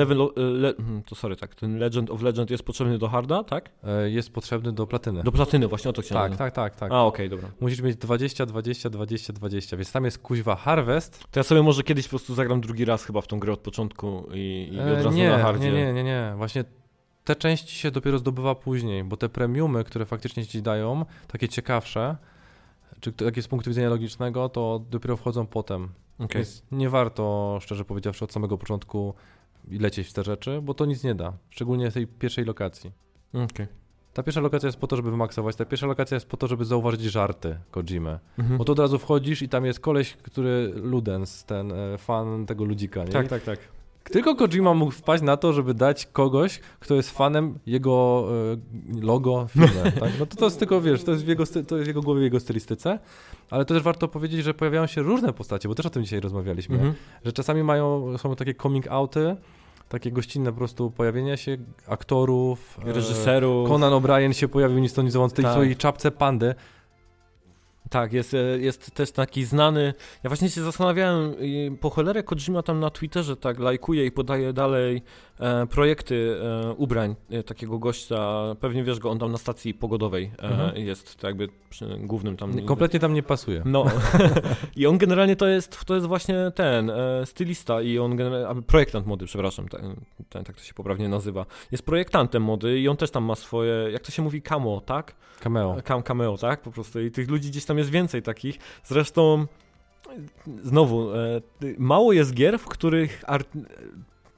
ten Legend of Legend jest potrzebny do harda, tak? Jest potrzebny do platyny. Do platyny, właśnie o to chciałem. Tak. A, dobra. Musisz mieć 20, więc tam jest kuźwa Harvest. To ja sobie może kiedyś po prostu zagram drugi raz chyba w tą grę od początku i od razu na hardzie. Nie. Właśnie te części się dopiero zdobywa później, bo te premiumy, które faktycznie ci dają, takie ciekawsze, czy takie z punktu widzenia logicznego, to dopiero wchodzą potem. Więc nie warto, szczerze powiedziawszy, od samego początku lecieć w te rzeczy, bo to nic nie da, szczególnie w tej pierwszej lokacji. Ta pierwsza lokacja jest po to, żeby wymaksować, ta pierwsza lokacja jest po to, żeby zauważyć żarty Kojimy. Bo to od razu wchodzisz i tam jest koleś, który Ludens, ten fan tego ludzika, nie? Tak. Tylko Kojima mógł wpaść na to, żeby dać kogoś, kto jest fanem jego logo w filmie, tak? No to jest tylko, wiesz, to jest w jego głowie, w jego stylistyce, ale to też warto powiedzieć, że pojawiają się różne postacie, bo też o tym dzisiaj rozmawialiśmy, że czasami są takie coming outy, takie gościnne po prostu pojawienia się aktorów, reżyserów. Conan O'Brien się pojawił nic to nic w tej swojej czapce pandy. Tak, jest też taki znany. Ja właśnie się zastanawiałem, po cholerę Kojima tam na Twitterze tak lajkuje i podaje dalej projekty ubrań takiego gościa. Pewnie wiesz go, on tam na stacji pogodowej jest tak jakby głównym tam. Kompletnie tam nie pasuje. No. I on generalnie to jest właśnie ten stylista i on projektant mody, przepraszam, tak to się poprawnie nazywa. Jest projektantem mody i on też tam ma swoje, jak to się mówi, camo, tak? Cameo, tak? Po prostu i tych ludzi gdzieś tam jest więcej takich. Zresztą znowu mało jest gier, w których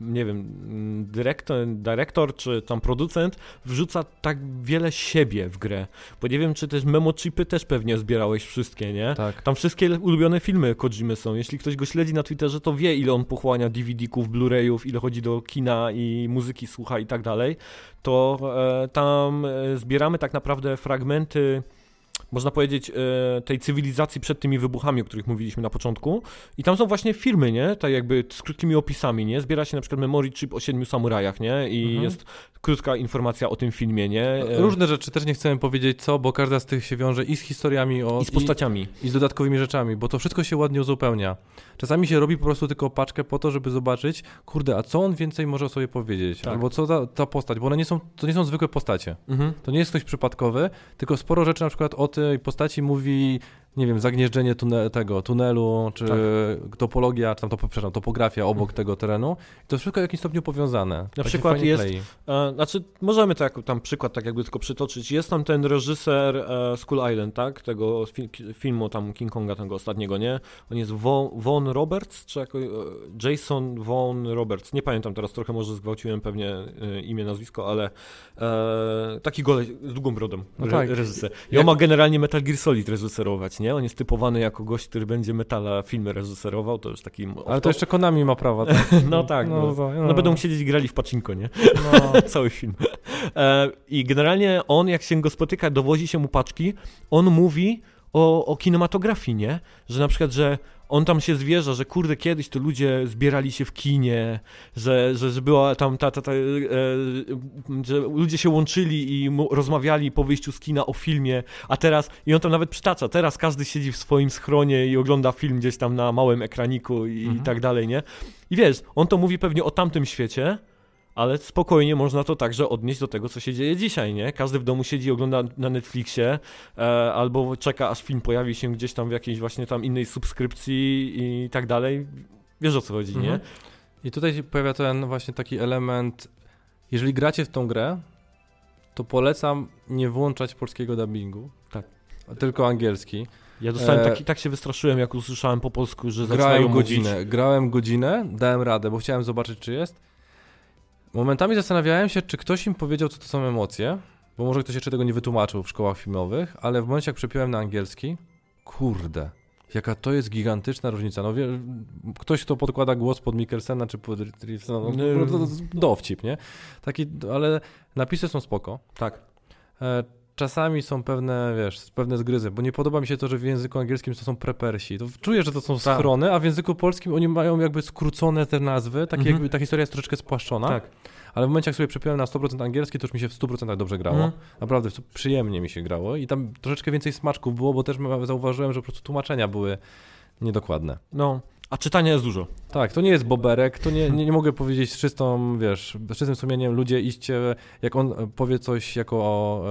nie wiem, dyrektor czy tam producent wrzuca tak wiele siebie w grę, bo nie wiem, czy też memochipy też pewnie zbierałeś wszystkie, nie? Tak. Tam wszystkie ulubione filmy Kojimy są. Jeśli ktoś go śledzi na Twitterze, to wie, ile on pochłania DVD-ków, Blu-rayów, ile chodzi do kina i muzyki słucha i tak dalej, to tam zbieramy tak naprawdę fragmenty, można powiedzieć, tej cywilizacji przed tymi wybuchami, o których mówiliśmy na początku. I tam są właśnie filmy, nie? Tak jakby z krótkimi opisami, nie? Zbiera się na przykład memory chip o 7 samurajach, nie? I jest krótka informacja o tym filmie, nie? Różne rzeczy też nie chcemy powiedzieć co, bo każda z tych się wiąże i z historiami i z postaciami. I z dodatkowymi rzeczami, bo to wszystko się ładnie uzupełnia. Czasami się robi po prostu tylko paczkę po to, żeby zobaczyć, kurde, a co on więcej może o sobie powiedzieć? Tak. Albo co ta postać, bo one to nie są zwykłe postacie. To nie jest ktoś przypadkowy, tylko sporo rzeczy na przykład o tej postaci mówi, nie wiem, zagnieżdżenie tunelu, czy topologia, czy tam topografia obok tego terenu. I to wszystko w jakimś stopniu powiązane. Na przykład jest, możemy to jako tam przykład tak jakby tylko przytoczyć. Jest tam ten reżyser Skull Island, tak? Tego filmu tam King Konga, tego ostatniego, nie? On jest Von Roberts, czy Jason Von Roberts. Nie pamiętam teraz, trochę może zgwałciłem pewnie imię, nazwisko, ale taki goleś z długą brodą, reżyser. I on ma generalnie Metal Gear Solid reżyserować, nie? On jest typowany jako gość, który będzie Metala filmy reżyserował, to już taki... Ale to jeszcze Konami ma prawa, tak? No tak, no będą siedzieć i grali w pachinko, nie? Cały film. I generalnie on, jak się go spotyka, dowozi się mu paczki, on mówi o kinematografii, nie? Że na przykład, że on tam się zwierza, że kurde, kiedyś to ludzie zbierali się w kinie, że była tam że ludzie się łączyli i rozmawiali po wyjściu z kina o filmie, a teraz, i on tam nawet przytacza, teraz każdy siedzi w swoim schronie i ogląda film gdzieś tam na małym ekraniku i tak dalej, nie? I wiesz, on to mówi pewnie o tamtym świecie, ale spokojnie można to także odnieść do tego, co się dzieje dzisiaj, nie? Każdy w domu siedzi i ogląda na Netflixie albo czeka, aż film pojawi się gdzieś tam w jakiejś właśnie tam innej subskrypcji i tak dalej. Wiesz, o co chodzi, nie? I tutaj się pojawia ten właśnie taki element, jeżeli gracie w tą grę, to polecam nie włączać polskiego dubbingu. Tak. Tylko angielski. Ja dostałem tak się wystraszyłem, jak usłyszałem po polsku, że zaczynają mówić. Grałem godzinę, dałem radę, bo chciałem zobaczyć, czy jest. Momentami zastanawiałem się, czy ktoś im powiedział, co to są emocje, bo może ktoś jeszcze tego nie wytłumaczył w szkołach filmowych, ale w momencie, jak przepiąłem na angielski, kurde, jaka to jest gigantyczna różnica. No ktoś, kto podkłada głos pod Mikkelsena czy pod Reevesa, to dowcip, nie? Taki, ale napisy są spoko. Tak. Czasami są pewne zgryzy, bo nie podoba mi się to, że w języku angielskim to są prepersi. To czuję, że to są schrony, a w języku polskim oni mają jakby skrócone te nazwy, jakby ta historia jest troszeczkę spłaszczona. Tak. Ale w momencie, jak sobie przepiąłem na 100% angielski, to już mi się w 100% dobrze grało. Naprawdę przyjemnie mi się grało i tam troszeczkę więcej smaczków było, bo też zauważyłem, że po prostu tłumaczenia były niedokładne. No. A czytania jest dużo. Tak, to nie jest boberek, to nie mogę powiedzieć z czystym sumieniem, ludzie iście, jak on powie coś jako o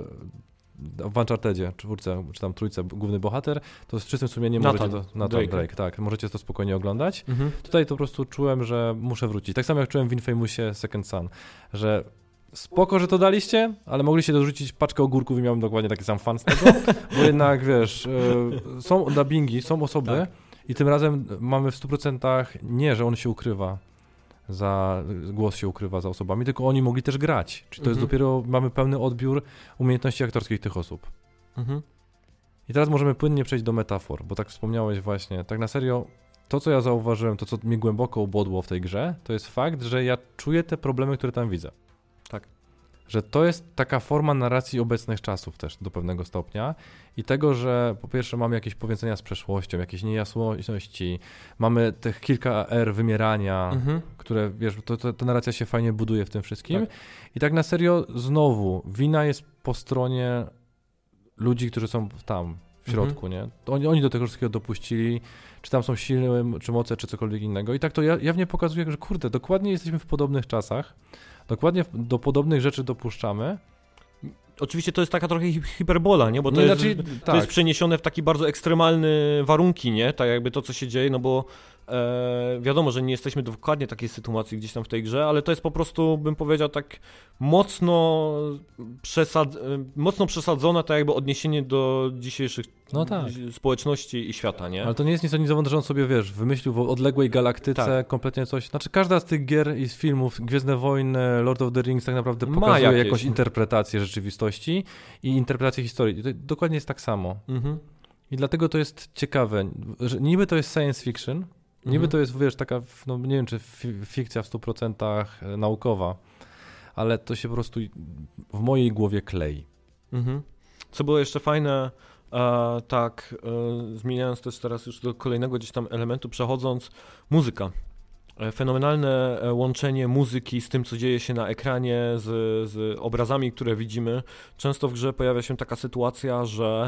w Unchartedzie, czy tam trójce, główny bohater, to z czystym sumieniem Nathan Drake, tak, możecie to spokojnie oglądać. Tutaj to po prostu czułem, że muszę wrócić. Tak samo jak czułem w Infamousie Second Son, że spoko, że to daliście, ale mogliście dorzucić paczkę ogórków i miałem dokładnie taki sam fan z tego, bo jednak są dubbingi, są osoby, tak. I tym razem mamy w 100% nie, że on się ukrywa, głos się ukrywa za osobami, tylko oni mogli też grać. Czyli to jest dopiero, mamy pełny odbiór umiejętności aktorskich tych osób. I teraz możemy płynnie przejść do metafor, bo tak wspomniałeś właśnie, tak na serio, to co ja zauważyłem, to co mnie głęboko ubodło w tej grze, to jest fakt, że ja czuję te problemy, które tam widzę. Tak. Że to jest taka forma narracji obecnych czasów też do pewnego stopnia i tego, że po pierwsze mamy jakieś powiązania z przeszłością, jakieś niejasności, mamy tych kilka er wymierania, które, wiesz, ta narracja się fajnie buduje w tym wszystkim. Tak. I tak na serio znowu wina jest po stronie ludzi, którzy są tam w środku, nie? To oni do tego wszystkiego dopuścili, czy tam są siły, czy moce, czy cokolwiek innego. I tak to jawnie pokazuje, że kurde, dokładnie jesteśmy w podobnych czasach, dokładnie do podobnych rzeczy dopuszczamy. Oczywiście to jest taka trochę hiperbola, nie? Bo to jest przeniesione w takie bardzo ekstremalne warunki, nie? Tak jakby to, co się dzieje, no bo Wiadomo, że nie jesteśmy dokładnie takiej sytuacji gdzieś tam w tej grze, ale to jest po prostu, bym powiedział, tak mocno przesadzone, tak jakby odniesienie do dzisiejszych społeczności i świata, nie? Ale to nie jest nic o niczym, że on sobie, wiesz, wymyślił w odległej galaktyce kompletnie coś. Znaczy każda z tych gier i z filmów, Gwiezdne Wojny, Lord of the Rings tak naprawdę pokazuje jakąś interpretację rzeczywistości i interpretację historii. To dokładnie jest tak samo. I dlatego to jest ciekawe, że niby to jest science fiction, niby to jest, wiesz, taka, no nie wiem, czy fikcja w 100% naukowa, ale to się po prostu w mojej głowie klei. Co było jeszcze fajne, zmieniając też teraz już do kolejnego gdzieś tam elementu, przechodząc, muzyka. Fenomenalne łączenie muzyki z tym, co dzieje się na ekranie, z obrazami, które widzimy. Często w grze pojawia się taka sytuacja, że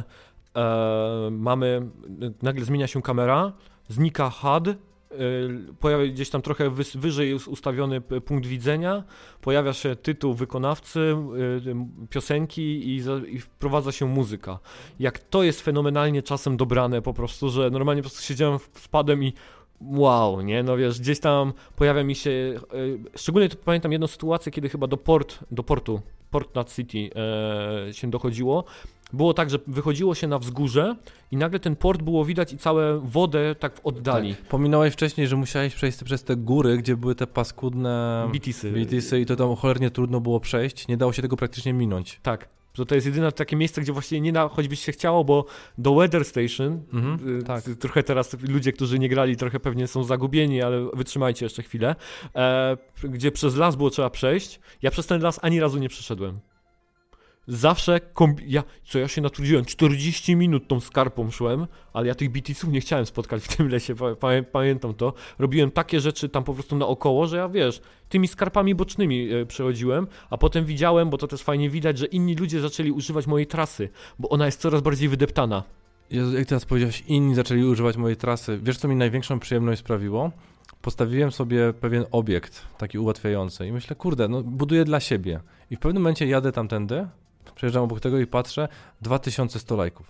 nagle zmienia się kamera, znika HUD, pojawia gdzieś tam trochę wyżej ustawiony punkt widzenia, pojawia się tytuł wykonawcy, piosenki i wprowadza się muzyka. Jak to jest fenomenalnie czasem dobrane po prostu, że normalnie po prostu siedziałem z padem i wow, nie, no wiesz, gdzieś tam pojawia mi się, szczególnie to pamiętam jedną sytuację, kiedy chyba do portu Port Knot City się dochodziło. Było tak, że wychodziło się na wzgórze i nagle ten port było widać i całą wodę tak w oddali. Tak. Pominąłeś wcześniej, że musiałeś przejść przez te góry, gdzie były te paskudne BTsy i to tam cholernie trudno było przejść. Nie dało się tego praktycznie minąć. Tak. To jest jedyne takie miejsce, gdzie właściwie choćbyś się chciało, bo do Weather Station, trochę teraz ludzie, którzy nie grali, trochę pewnie są zagubieni, ale wytrzymajcie jeszcze chwilę, gdzie przez las było trzeba przejść. Ja przez ten las ani razu nie przeszedłem. Zawsze, ja się natrudziłem, 40 minut tą skarpą szłem, ale ja tych BTsów nie chciałem spotkać w tym lesie, pamiętam to. Robiłem takie rzeczy tam po prostu naokoło, że ja, wiesz, tymi skarpami bocznymi przechodziłem, a potem widziałem, bo to też fajnie widać, że inni ludzie zaczęli używać mojej trasy, bo ona jest coraz bardziej wydeptana. Jezu, jak teraz powiedziałeś, inni zaczęli używać mojej trasy. Wiesz, co mi największą przyjemność sprawiło? Postawiłem sobie pewien obiekt, taki ułatwiający i myślę, kurde, no buduję dla siebie. I w pewnym momencie jadę tamtędy, przejeżdżam obok tego i patrzę, 2100 lajków.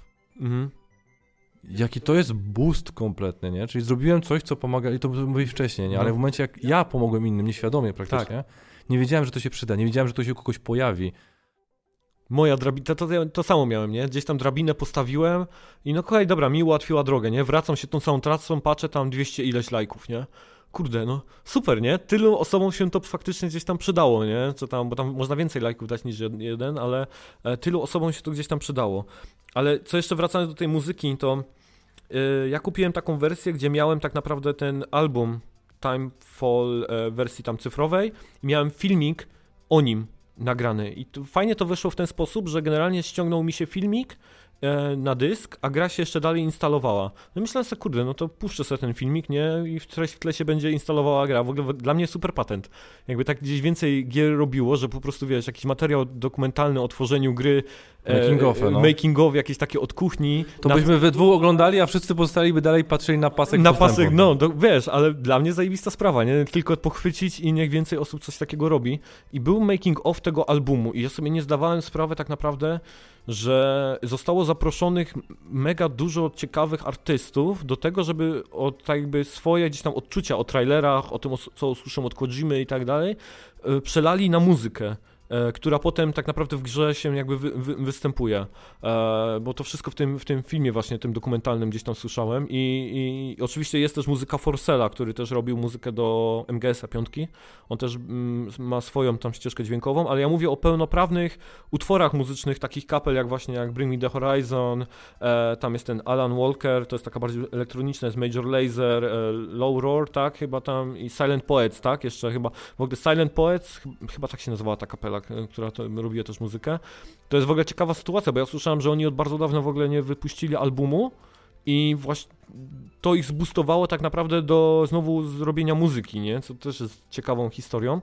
Jaki to jest boost kompletny, nie? Czyli zrobiłem coś, co pomaga, i to mówię wcześniej, nie? Ale w momencie, jak ja pomogłem innym, nieświadomie praktycznie, nie wiedziałem, że to się przyda, nie wiedziałem, że to się u kogoś pojawi. Moja drabina, to samo miałem, nie? Gdzieś tam drabinę postawiłem i no okej, dobra, mi ułatwiła drogę, nie? Wracam się tą samą trasą, patrzę tam 200 ileś lajków, nie? Kurde, no super, nie? Tylu osobom się to faktycznie gdzieś tam przydało, nie? Bo tam można więcej lajków dać niż jeden, ale tylu osobom się to gdzieś tam przydało. Ale co jeszcze wracając do tej muzyki, to ja kupiłem taką wersję, gdzie miałem tak naprawdę ten album Timefall w wersji tam cyfrowej i miałem filmik o nim nagrany. I fajnie to wyszło w ten sposób, że generalnie ściągnął mi się filmik na dysk, a gra się jeszcze dalej instalowała. No myślałem sobie, kurde, no to puszczę sobie ten filmik, nie? I w tle się będzie instalowała gra. W ogóle dla mnie super patent. Jakby tak gdzieś więcej gier robiło, że po prostu, wiesz, jakiś materiał dokumentalny o tworzeniu gry, making of, jakieś takie od kuchni. To byśmy we dwóch oglądali, a wszyscy pozostali by dalej patrzyli na pasek. Na pasek, no, wiesz, ale dla mnie zajebista sprawa, nie? Tylko pochwycić i niech więcej osób coś takiego robi. I był making of tego albumu i ja sobie nie zdawałem sprawy tak naprawdę, że zostało zaproszonych mega dużo ciekawych artystów do tego, żeby tak jakby swoje gdzieś tam odczucia o trailerach, o tym, co usłyszą od Kojimy i tak dalej, przelali na muzykę, która potem tak naprawdę w grze się jakby występuje, bo to wszystko w tym filmie właśnie, tym dokumentalnym gdzieś tam słyszałem i oczywiście jest też muzyka Forcella, który też robił muzykę do MGS-a 5, on też ma swoją tam ścieżkę dźwiękową, ale ja mówię o pełnoprawnych utworach muzycznych, takich kapel jak właśnie jak Bring Me The Horizon, tam jest ten Alan Walker, to jest taka bardziej elektroniczna, jest Major Lazer, Low Roar, tak, chyba tam i Silent Poets, tak, jeszcze chyba, w ogóle Silent Poets, chyba tak się nazywała ta kapela, która robiła też muzykę. To jest w ogóle ciekawa sytuacja, bo ja słyszałem, że oni od bardzo dawna w ogóle nie wypuścili albumu i właśnie to ich zboostowało tak naprawdę do znowu zrobienia muzyki, nie? Co też jest ciekawą historią.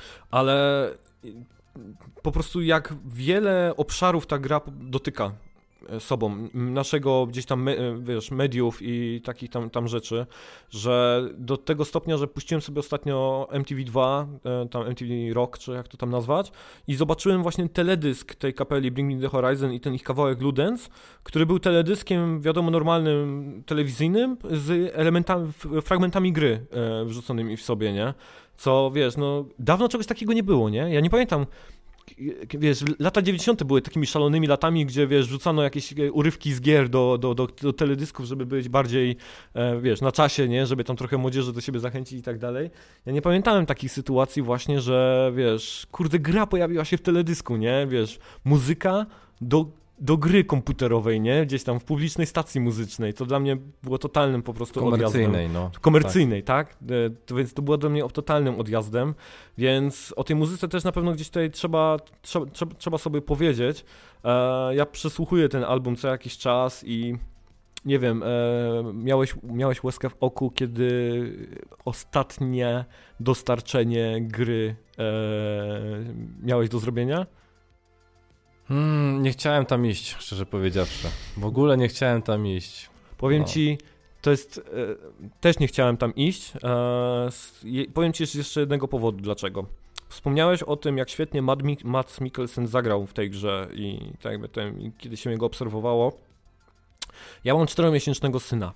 Ale po prostu jak wiele obszarów ta gra dotyka. sobą, naszego gdzieś tam, wiesz, mediów i takich tam rzeczy, że do tego stopnia, że puściłem sobie ostatnio MTV2, tam MTV Rock, czy jak to tam nazwać, i zobaczyłem właśnie teledysk tej kapeli Bring Me The Horizon i ten ich kawałek Ludens, który był teledyskiem, wiadomo, normalnym, telewizyjnym, z elementami, fragmentami gry wrzuconymi w sobie, nie? Co, wiesz, no, dawno czegoś takiego nie było, nie? Ja nie pamiętam, wiesz, lata 90. były takimi szalonymi latami, gdzie, wiesz, rzucano jakieś urywki z gier do teledysków, żeby być bardziej, wiesz, na czasie, nie? Żeby tam trochę młodzieży do siebie zachęcić i tak dalej. Ja nie pamiętałem takich sytuacji właśnie, że, wiesz, kurde, gra pojawiła się w teledysku, nie? Wiesz, muzyka do gry komputerowej, nie? Gdzieś tam w publicznej stacji muzycznej. To dla mnie było totalnym po prostu komercyjnej, odjazdem. Komercyjnej, tak? Więc to było dla mnie totalnym odjazdem, więc o tej muzyce też na pewno gdzieś tutaj trzeba sobie powiedzieć. Ja przesłuchuję ten album co jakiś czas i nie wiem, miałeś łezkę w oku, kiedy ostatnie dostarczenie gry miałeś do zrobienia? Nie chciałem tam iść, szczerze powiedziawszy. W ogóle nie chciałem tam iść. Powiem ci, to jest... też nie chciałem tam iść. Powiem ci jeszcze jednego powodu, dlaczego. Wspomniałeś o tym, jak świetnie Mads Mikkelsen zagrał w tej grze i tak jakby kiedy się jego obserwowało. Ja mam 4-miesięcznego syna.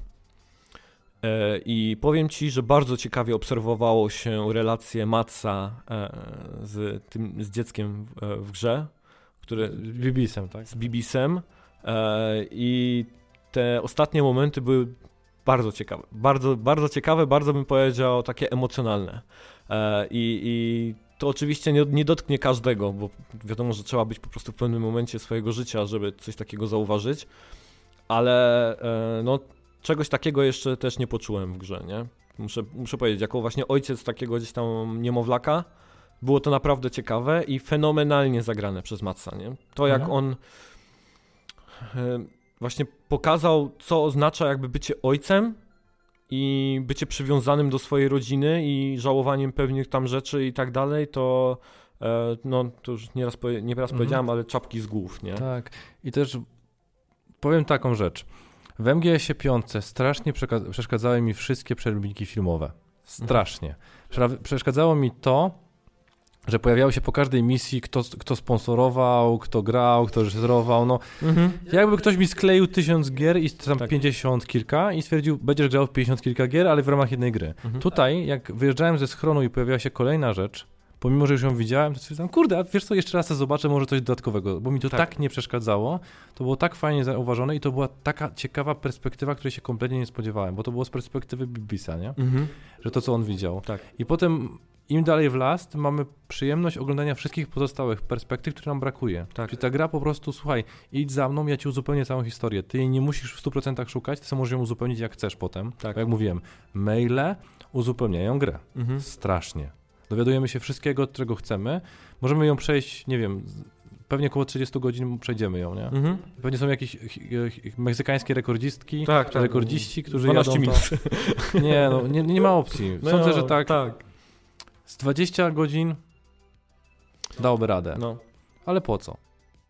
I powiem ci, że bardzo ciekawie obserwowało się relacje Madsa z dzieckiem w grze. Z Bibisem, tak? Z Bibisem i te ostatnie momenty były bardzo ciekawe. Bardzo ciekawe, bardzo bym powiedział takie emocjonalne. I to oczywiście nie dotknie każdego, bo wiadomo, że trzeba być po prostu w pewnym momencie swojego życia, żeby coś takiego zauważyć, ale no czegoś takiego jeszcze też nie poczułem w grze, nie? Muszę powiedzieć, jako właśnie ojciec takiego gdzieś tam niemowlaka, było to naprawdę ciekawe i fenomenalnie zagrane przez Madsa, nie? To jak on właśnie pokazał, co oznacza jakby bycie ojcem i bycie przywiązanym do swojej rodziny i żałowaniem pewnych tam rzeczy i tak dalej, to no to już nieraz powiedziałem, ale czapki z głów, nie? Tak. I też powiem taką rzecz. W MGS-ie 5 strasznie przeszkadzały mi wszystkie przerobniki filmowe. Strasznie. Przeszkadzało mi to, że pojawiało się po każdej misji, kto sponsorował, kto grał, kto reżyserował, no. Jakby ktoś mi skleił 1000 gier i tam 50 kilka i stwierdził, będziesz grał w 50 kilka gier, ale w ramach jednej gry. Tutaj, jak wyjeżdżałem ze schronu i pojawiła się kolejna rzecz, pomimo, że już ją widziałem, to stwierdzam, kurde, a wiesz co, jeszcze raz zobaczę może coś dodatkowego, bo mi to tak nie przeszkadzało, to było tak fajnie zauważone i to była taka ciekawa perspektywa, której się kompletnie nie spodziewałem, bo to było z perspektywy Bibisa, nie? Że to, co on widział. Tak. I potem im dalej w las, tym mamy przyjemność oglądania wszystkich pozostałych perspektyw, które nam brakuje. Tak. Czyli ta gra po prostu, słuchaj, idź za mną, ja ci uzupełnię całą historię. Ty jej nie musisz w 100% szukać, ty sobie możesz ją uzupełnić jak chcesz potem. Tak. Jak mówiłem, maile uzupełniają grę. Strasznie. Dowiadujemy się wszystkiego, czego chcemy. Możemy ją przejść, nie wiem, pewnie około 30 godzin przejdziemy ją, nie? Pewnie są jakieś meksykańskie rekordzistki, rekordziści, którzy 12 jadą minut. To... Nie ma opcji. Sądzę, że tak. Z 20 godzin dałoby radę. No. Ale po co?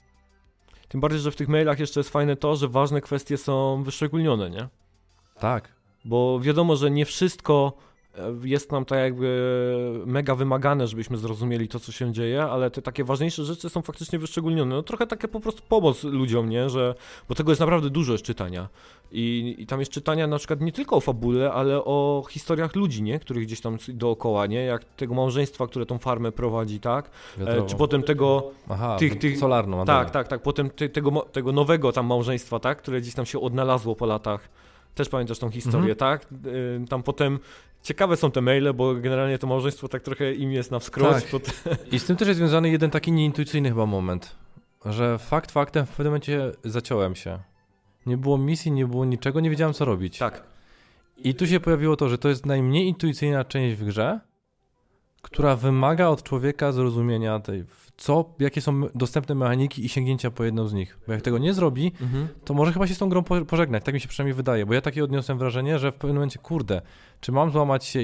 Tym bardziej, że w tych mailach jeszcze jest fajne to, że ważne kwestie są wyszczególnione, nie? Tak. Bo wiadomo, że nie wszystko jest nam tak jakby mega wymagane, żebyśmy zrozumieli to, co się dzieje, ale te takie ważniejsze rzeczy są faktycznie wyszczególnione. No trochę takie po prostu pomoc ludziom, nie? Bo tego jest naprawdę dużo jest czytania. I tam jest czytania na przykład nie tylko o fabule, ale o historiach ludzi, nie? Których gdzieś tam dookoła, nie? Jak tego małżeństwa, które tą farmę prowadzi, tak? Czy potem tego... tych solarną. Tak. Potem tego nowego tam małżeństwa, tak? Które gdzieś tam się odnalazło po latach. Też pamiętasz tą historię, tak? Tam potem ciekawe są te maile, bo generalnie to małżeństwo tak trochę im jest na wskroś. I z tym też jest związany jeden taki nieintuicyjny chyba moment, że faktem w pewnym momencie zaciąłem się. Nie było misji, nie było niczego, nie wiedziałem co robić. Tak. I tu się pojawiło to, że to jest najmniej intuicyjna część w grze, która wymaga od człowieka zrozumienia jakie są dostępne mechaniki i sięgnięcia po jedną z nich. Bo jak tego nie zrobi, to może chyba się z tą grą pożegnać, tak mi się przynajmniej wydaje, bo ja takie odniosłem wrażenie, że w pewnym momencie, kurde, czy mam złamać się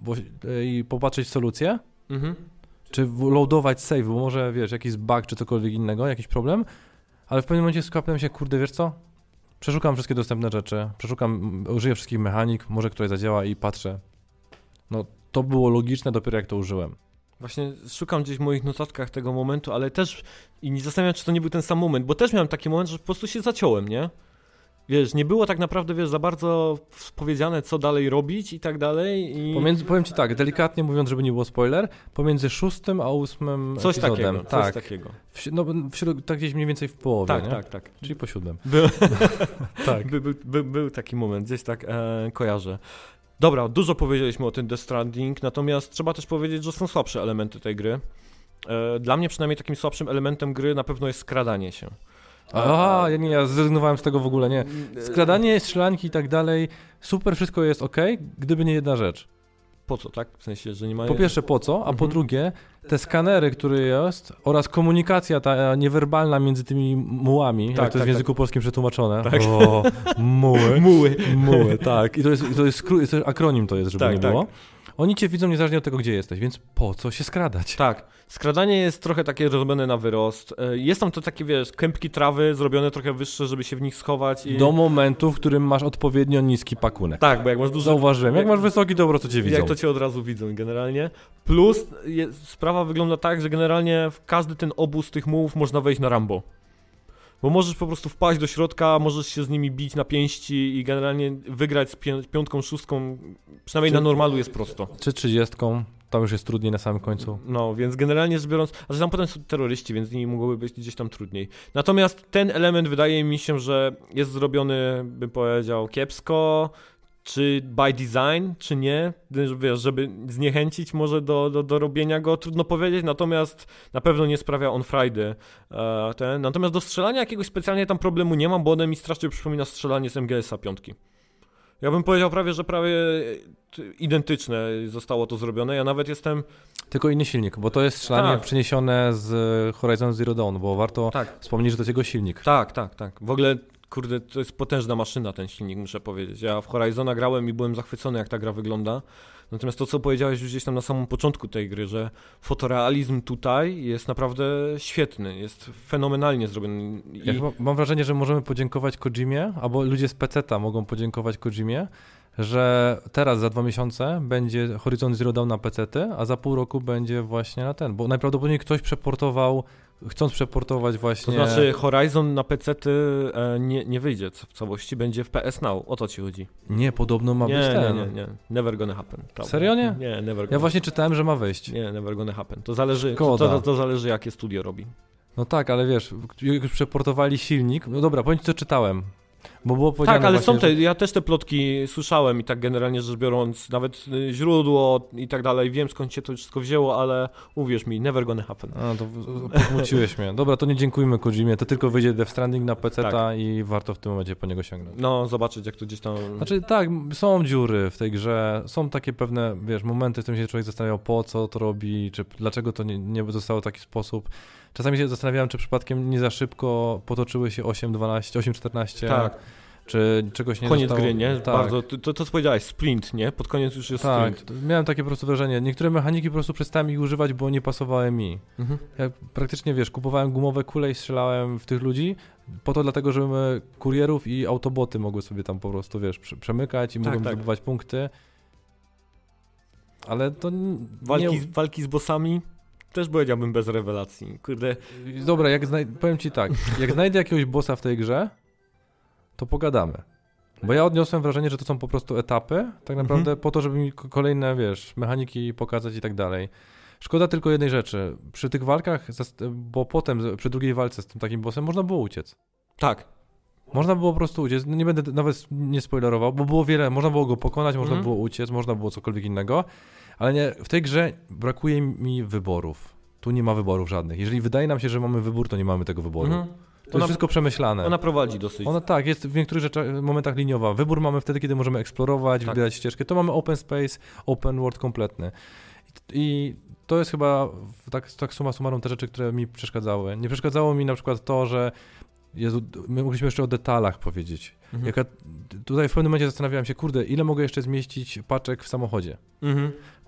i popatrzeć w solucję? Czy loadować save, bo może, wiesz, jakiś bug czy cokolwiek innego, jakiś problem? ale w pewnym momencie skapnąłem się, kurde, wiesz co? Przeszukam wszystkie dostępne rzeczy, użyję wszystkich mechanik, może któraś zadziała i patrzę. No, to było logiczne dopiero jak to użyłem. Właśnie szukam gdzieś w moich notatkach tego momentu, ale też i nie zastanawiam, czy to nie był ten sam moment, bo też miałem taki moment, że po prostu się zaciąłem, nie? Wiesz, nie było tak naprawdę, wiesz, za bardzo powiedziane, co dalej robić i tak dalej. Powiem ci tak, delikatnie mówiąc, żeby nie było spoiler, pomiędzy 6. a 8. Coś epizodem. takiego, tak. coś takiego. Tak gdzieś mniej więcej w połowie, Tak, nie? tak. Czyli po 7. Tak. Był taki moment, gdzieś tak kojarzę. Dobra, dużo powiedzieliśmy o tym Death Stranding, natomiast trzeba też powiedzieć, że są słabsze elementy tej gry. Dla mnie przynajmniej takim słabszym elementem gry na pewno jest skradanie się. Ja zrezygnowałem z tego w ogóle, nie. Skradanie, strzelanki i tak dalej, super, wszystko jest okej, gdyby nie jedna rzecz. Po co, tak? W sensie, że nie ma... Po pierwsze po co, a po drugie te skanery, które jest oraz komunikacja ta niewerbalna między tymi mułami, jak to jest w języku polskim przetłumaczone. Tak. O, muły, tak. I to jest akronim to jest, żeby nie było. Oni cię widzą niezależnie od tego, gdzie jesteś, więc po co się skradać? Tak. Skradanie jest trochę takie robione na wyrost. Jest tam to takie, wiesz, kępki trawy zrobione trochę wyższe, żeby się w nich schować. Do momentu, w którym masz odpowiednio niski pakunek. Tak, bo jak masz duży... Zauważyłem, jak masz wysoki, to po prostu cię widzą. Jak to cię od razu widzą generalnie. Plus sprawa wygląda tak, że generalnie w każdy ten obóz tych mułów można wejść na Rambo. Bo możesz po prostu wpaść do środka, możesz się z nimi bić na pięści i generalnie wygrać z 5., 6, przynajmniej na normalu jest prosto. Czy 30, tam już jest trudniej na samym końcu. No, więc generalnie rzecz biorąc, a że tam potem są terroryści, więc z nimi mogłoby być gdzieś tam trudniej. Natomiast ten element wydaje mi się, że jest zrobiony, bym powiedział, kiepsko, czy by design, czy nie, wiesz, żeby zniechęcić może do robienia go, trudno powiedzieć, natomiast na pewno nie sprawia on frajdy. Natomiast do strzelania jakiegoś specjalnie tam problemu nie mam, bo one mi strasznie przypomina strzelanie z MGS-a 5. Ja bym powiedział że prawie identyczne zostało to zrobione, ja nawet jestem... Tylko inny silnik, bo to jest strzelanie przeniesione z Horizon Zero Dawn, bo warto wspomnieć, że to jest jego silnik. Tak. W ogóle... Kurde, to jest potężna maszyna ten silnik, muszę powiedzieć. Ja w Horizona grałem i byłem zachwycony, jak ta gra wygląda. Natomiast to, co powiedziałeś już gdzieś tam na samym początku tej gry, że fotorealizm tutaj jest naprawdę świetny, jest fenomenalnie zrobiony. Ja mam wrażenie, że możemy podziękować Kojimie, albo ludzie z PC-ta mogą podziękować Kojimie, że teraz za 2 miesiące będzie Horizon Zero Dawn na PC-ty, a za pół roku będzie właśnie na ten, bo najprawdopodobniej ktoś chcąc przeportować właśnie... To znaczy Horizon na PC-ty nie wyjdzie w całości, będzie w PS Now, o to ci chodzi. Nie, podobno ma być ten. Nie, never gonna happen. Prawda. Serio nie? Nie, never gonna Ja właśnie czytałem, że ma wejść. Nie, never gonna happen. To zależy, to zależy jakie studio robi. No tak, ale wiesz, jak już przeportowali silnik, no dobra, powiem ci co czytałem. Bo było powiedziane ale właśnie, są ja też te plotki słyszałem i tak generalnie rzecz biorąc, nawet źródło i tak dalej, wiem skąd się to wszystko wzięło, ale uwierz mi, never gonna happen. To posmuciłeś mnie. Dobra, to nie dziękujmy Kojimie, to tylko wyjdzie Death Stranding na PC-ta i warto w tym momencie po niego sięgnąć. No, zobaczyć jak to gdzieś tam... Znaczy tak, są dziury w tej grze, są takie pewne, wiesz, momenty, w którym się człowiek zastanawiał, po co to robi, czy dlaczego to nie zostało w taki sposób. Czasami się zastanawiałem, czy przypadkiem nie za szybko potoczyły się 8.12, 8.14. Tak. Czy czegoś nie Koniec zostało... gry, nie? Tak. Bardzo, to co powiedziałeś, sprint, nie? Pod koniec już jest sprint. Tak, miałem takie po prostu wrażenie. Niektóre mechaniki po prostu przestałem ich używać, bo nie pasowały mi. Ja praktycznie, wiesz, kupowałem gumowe kule i strzelałem w tych ludzi, po to dlatego, żeby kurierów i autoboty mogły sobie tam po prostu, wiesz, przemykać i mogłem zdobywać punkty. Ale to Walki z bossami? Też powiedziałbym bez rewelacji. Kurde. Dobra, powiem ci tak, jak znajdę jakiegoś bossa w tej grze, to pogadamy. Bo ja odniosłem wrażenie, że to są po prostu etapy, tak naprawdę po to, żeby mi kolejne, wiesz, mechaniki pokazać i tak dalej. Szkoda tylko jednej rzeczy. Przy tych walkach, bo potem przy drugiej walce z tym takim bossem można było uciec. Tak. Można było po prostu uciec, nie będę nawet nie spoilerował, bo było wiele, można było go pokonać, można było uciec, można było cokolwiek innego, ale nie, w tej grze brakuje mi wyborów. Tu nie ma wyborów żadnych. Jeżeli wydaje nam się, że mamy wybór, to nie mamy tego wyboru. To jest wszystko przemyślane. Ona prowadzi dosyć. Ona tak, jest w niektórych momentach liniowa. Wybór mamy wtedy, kiedy możemy eksplorować, wybierać ścieżkę. To mamy open space, open world kompletny. I to jest chyba tak summa summarum te rzeczy, które mi przeszkadzały. Nie przeszkadzało mi na przykład to, że Jezu, my mogliśmy jeszcze o detalach powiedzieć. Tutaj w pewnym momencie zastanawiałem się, kurde, ile mogę jeszcze zmieścić paczek w samochodzie?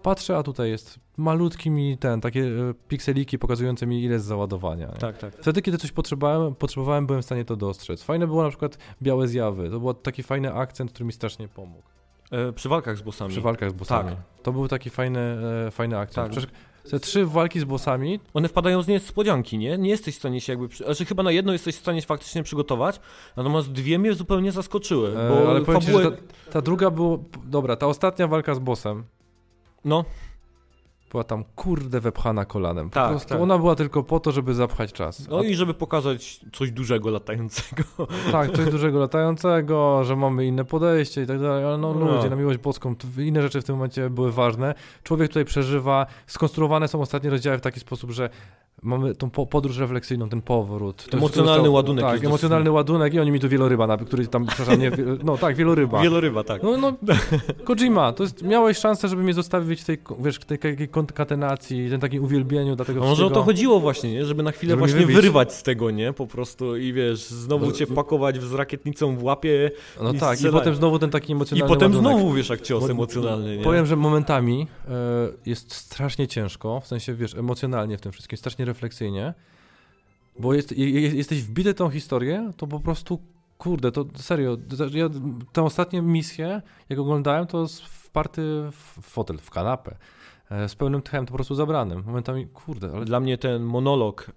Patrzę, a tutaj jest malutki mi takie pikseliki pokazujące mi, ile jest załadowania. Nie? Tak. Wtedy, kiedy coś potrzebowałem, byłem w stanie to dostrzec. Fajne było na przykład białe zjawy. To był taki fajny akcent, który mi strasznie pomógł. Przy walkach z bossami. Przy walkach z bossami. Tak. To był taki fajny akcent. Tak. Przecież te 3 walki z bossami... One wpadają z niespodzianki, nie? Nie jesteś w stanie się znaczy chyba na jedno jesteś w stanie się faktycznie przygotować, natomiast 2 mnie zupełnie zaskoczyły, bo ale powiem ci, że ta druga była... Dobra, ta ostatnia walka z bossem... No. Była tam wepchana kolanem. Po tak, prostu tak. Ona była tylko po to, żeby zapchać czas. No i żeby pokazać coś dużego, latającego. Tak, coś dużego latającego, że mamy inne podejście i tak dalej, ale ludzie, na miłość boską, inne rzeczy w tym momencie były ważne. Człowiek tutaj przeżywa, skonstruowane są ostatnie rozdziały w taki sposób, że mamy tą podróż refleksyjną, ten powrót. Emocjonalny ładunek. Tak, emocjonalny ładunek i oni mi tu wieloryba, który tam, przepraszam, nie, no tak, wieloryba. Wieloryba, tak. No, Kojima, miałeś szansę, żeby mnie zostawić w tej konkatenacji, ten takim uwielbieniu dla tego wszystkiego. Może o to chodziło właśnie, nie? Żeby na chwilę żeby właśnie wyrywać z tego, nie? Po prostu i wiesz, znowu cię pakować z rakietnicą w łapie. No tak, i potem znowu ten taki emocjonalny I potem ładunek. znowu, wiesz, jak cios emocjonalny, nie? Powiem, że momentami jest strasznie ciężko, w sensie, wiesz, emocjonalnie w tym wszystkim, strasznie refleksyjnie, bo jesteś wbity tą historię, to po prostu, kurde, to serio, ja tę ostatnią misję, jak oglądałem, to wparty w fotel, w kanapę, z pełnym tchem, to po prostu zabranym. Momentami, kurde, ale... Dla mnie ten monolog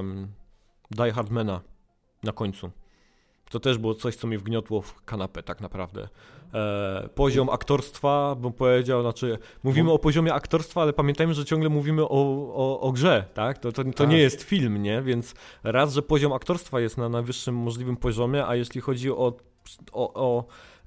Die Hardmana na końcu, to też było coś, co mnie wgniotło w kanapę tak naprawdę. Poziom aktorstwa, bym powiedział, znaczy mówimy o poziomie aktorstwa, ale pamiętajmy, że ciągle mówimy o grze, tak? To nie jest film, nie? Więc raz, że poziom aktorstwa jest na najwyższym możliwym poziomie, a jeśli chodzi o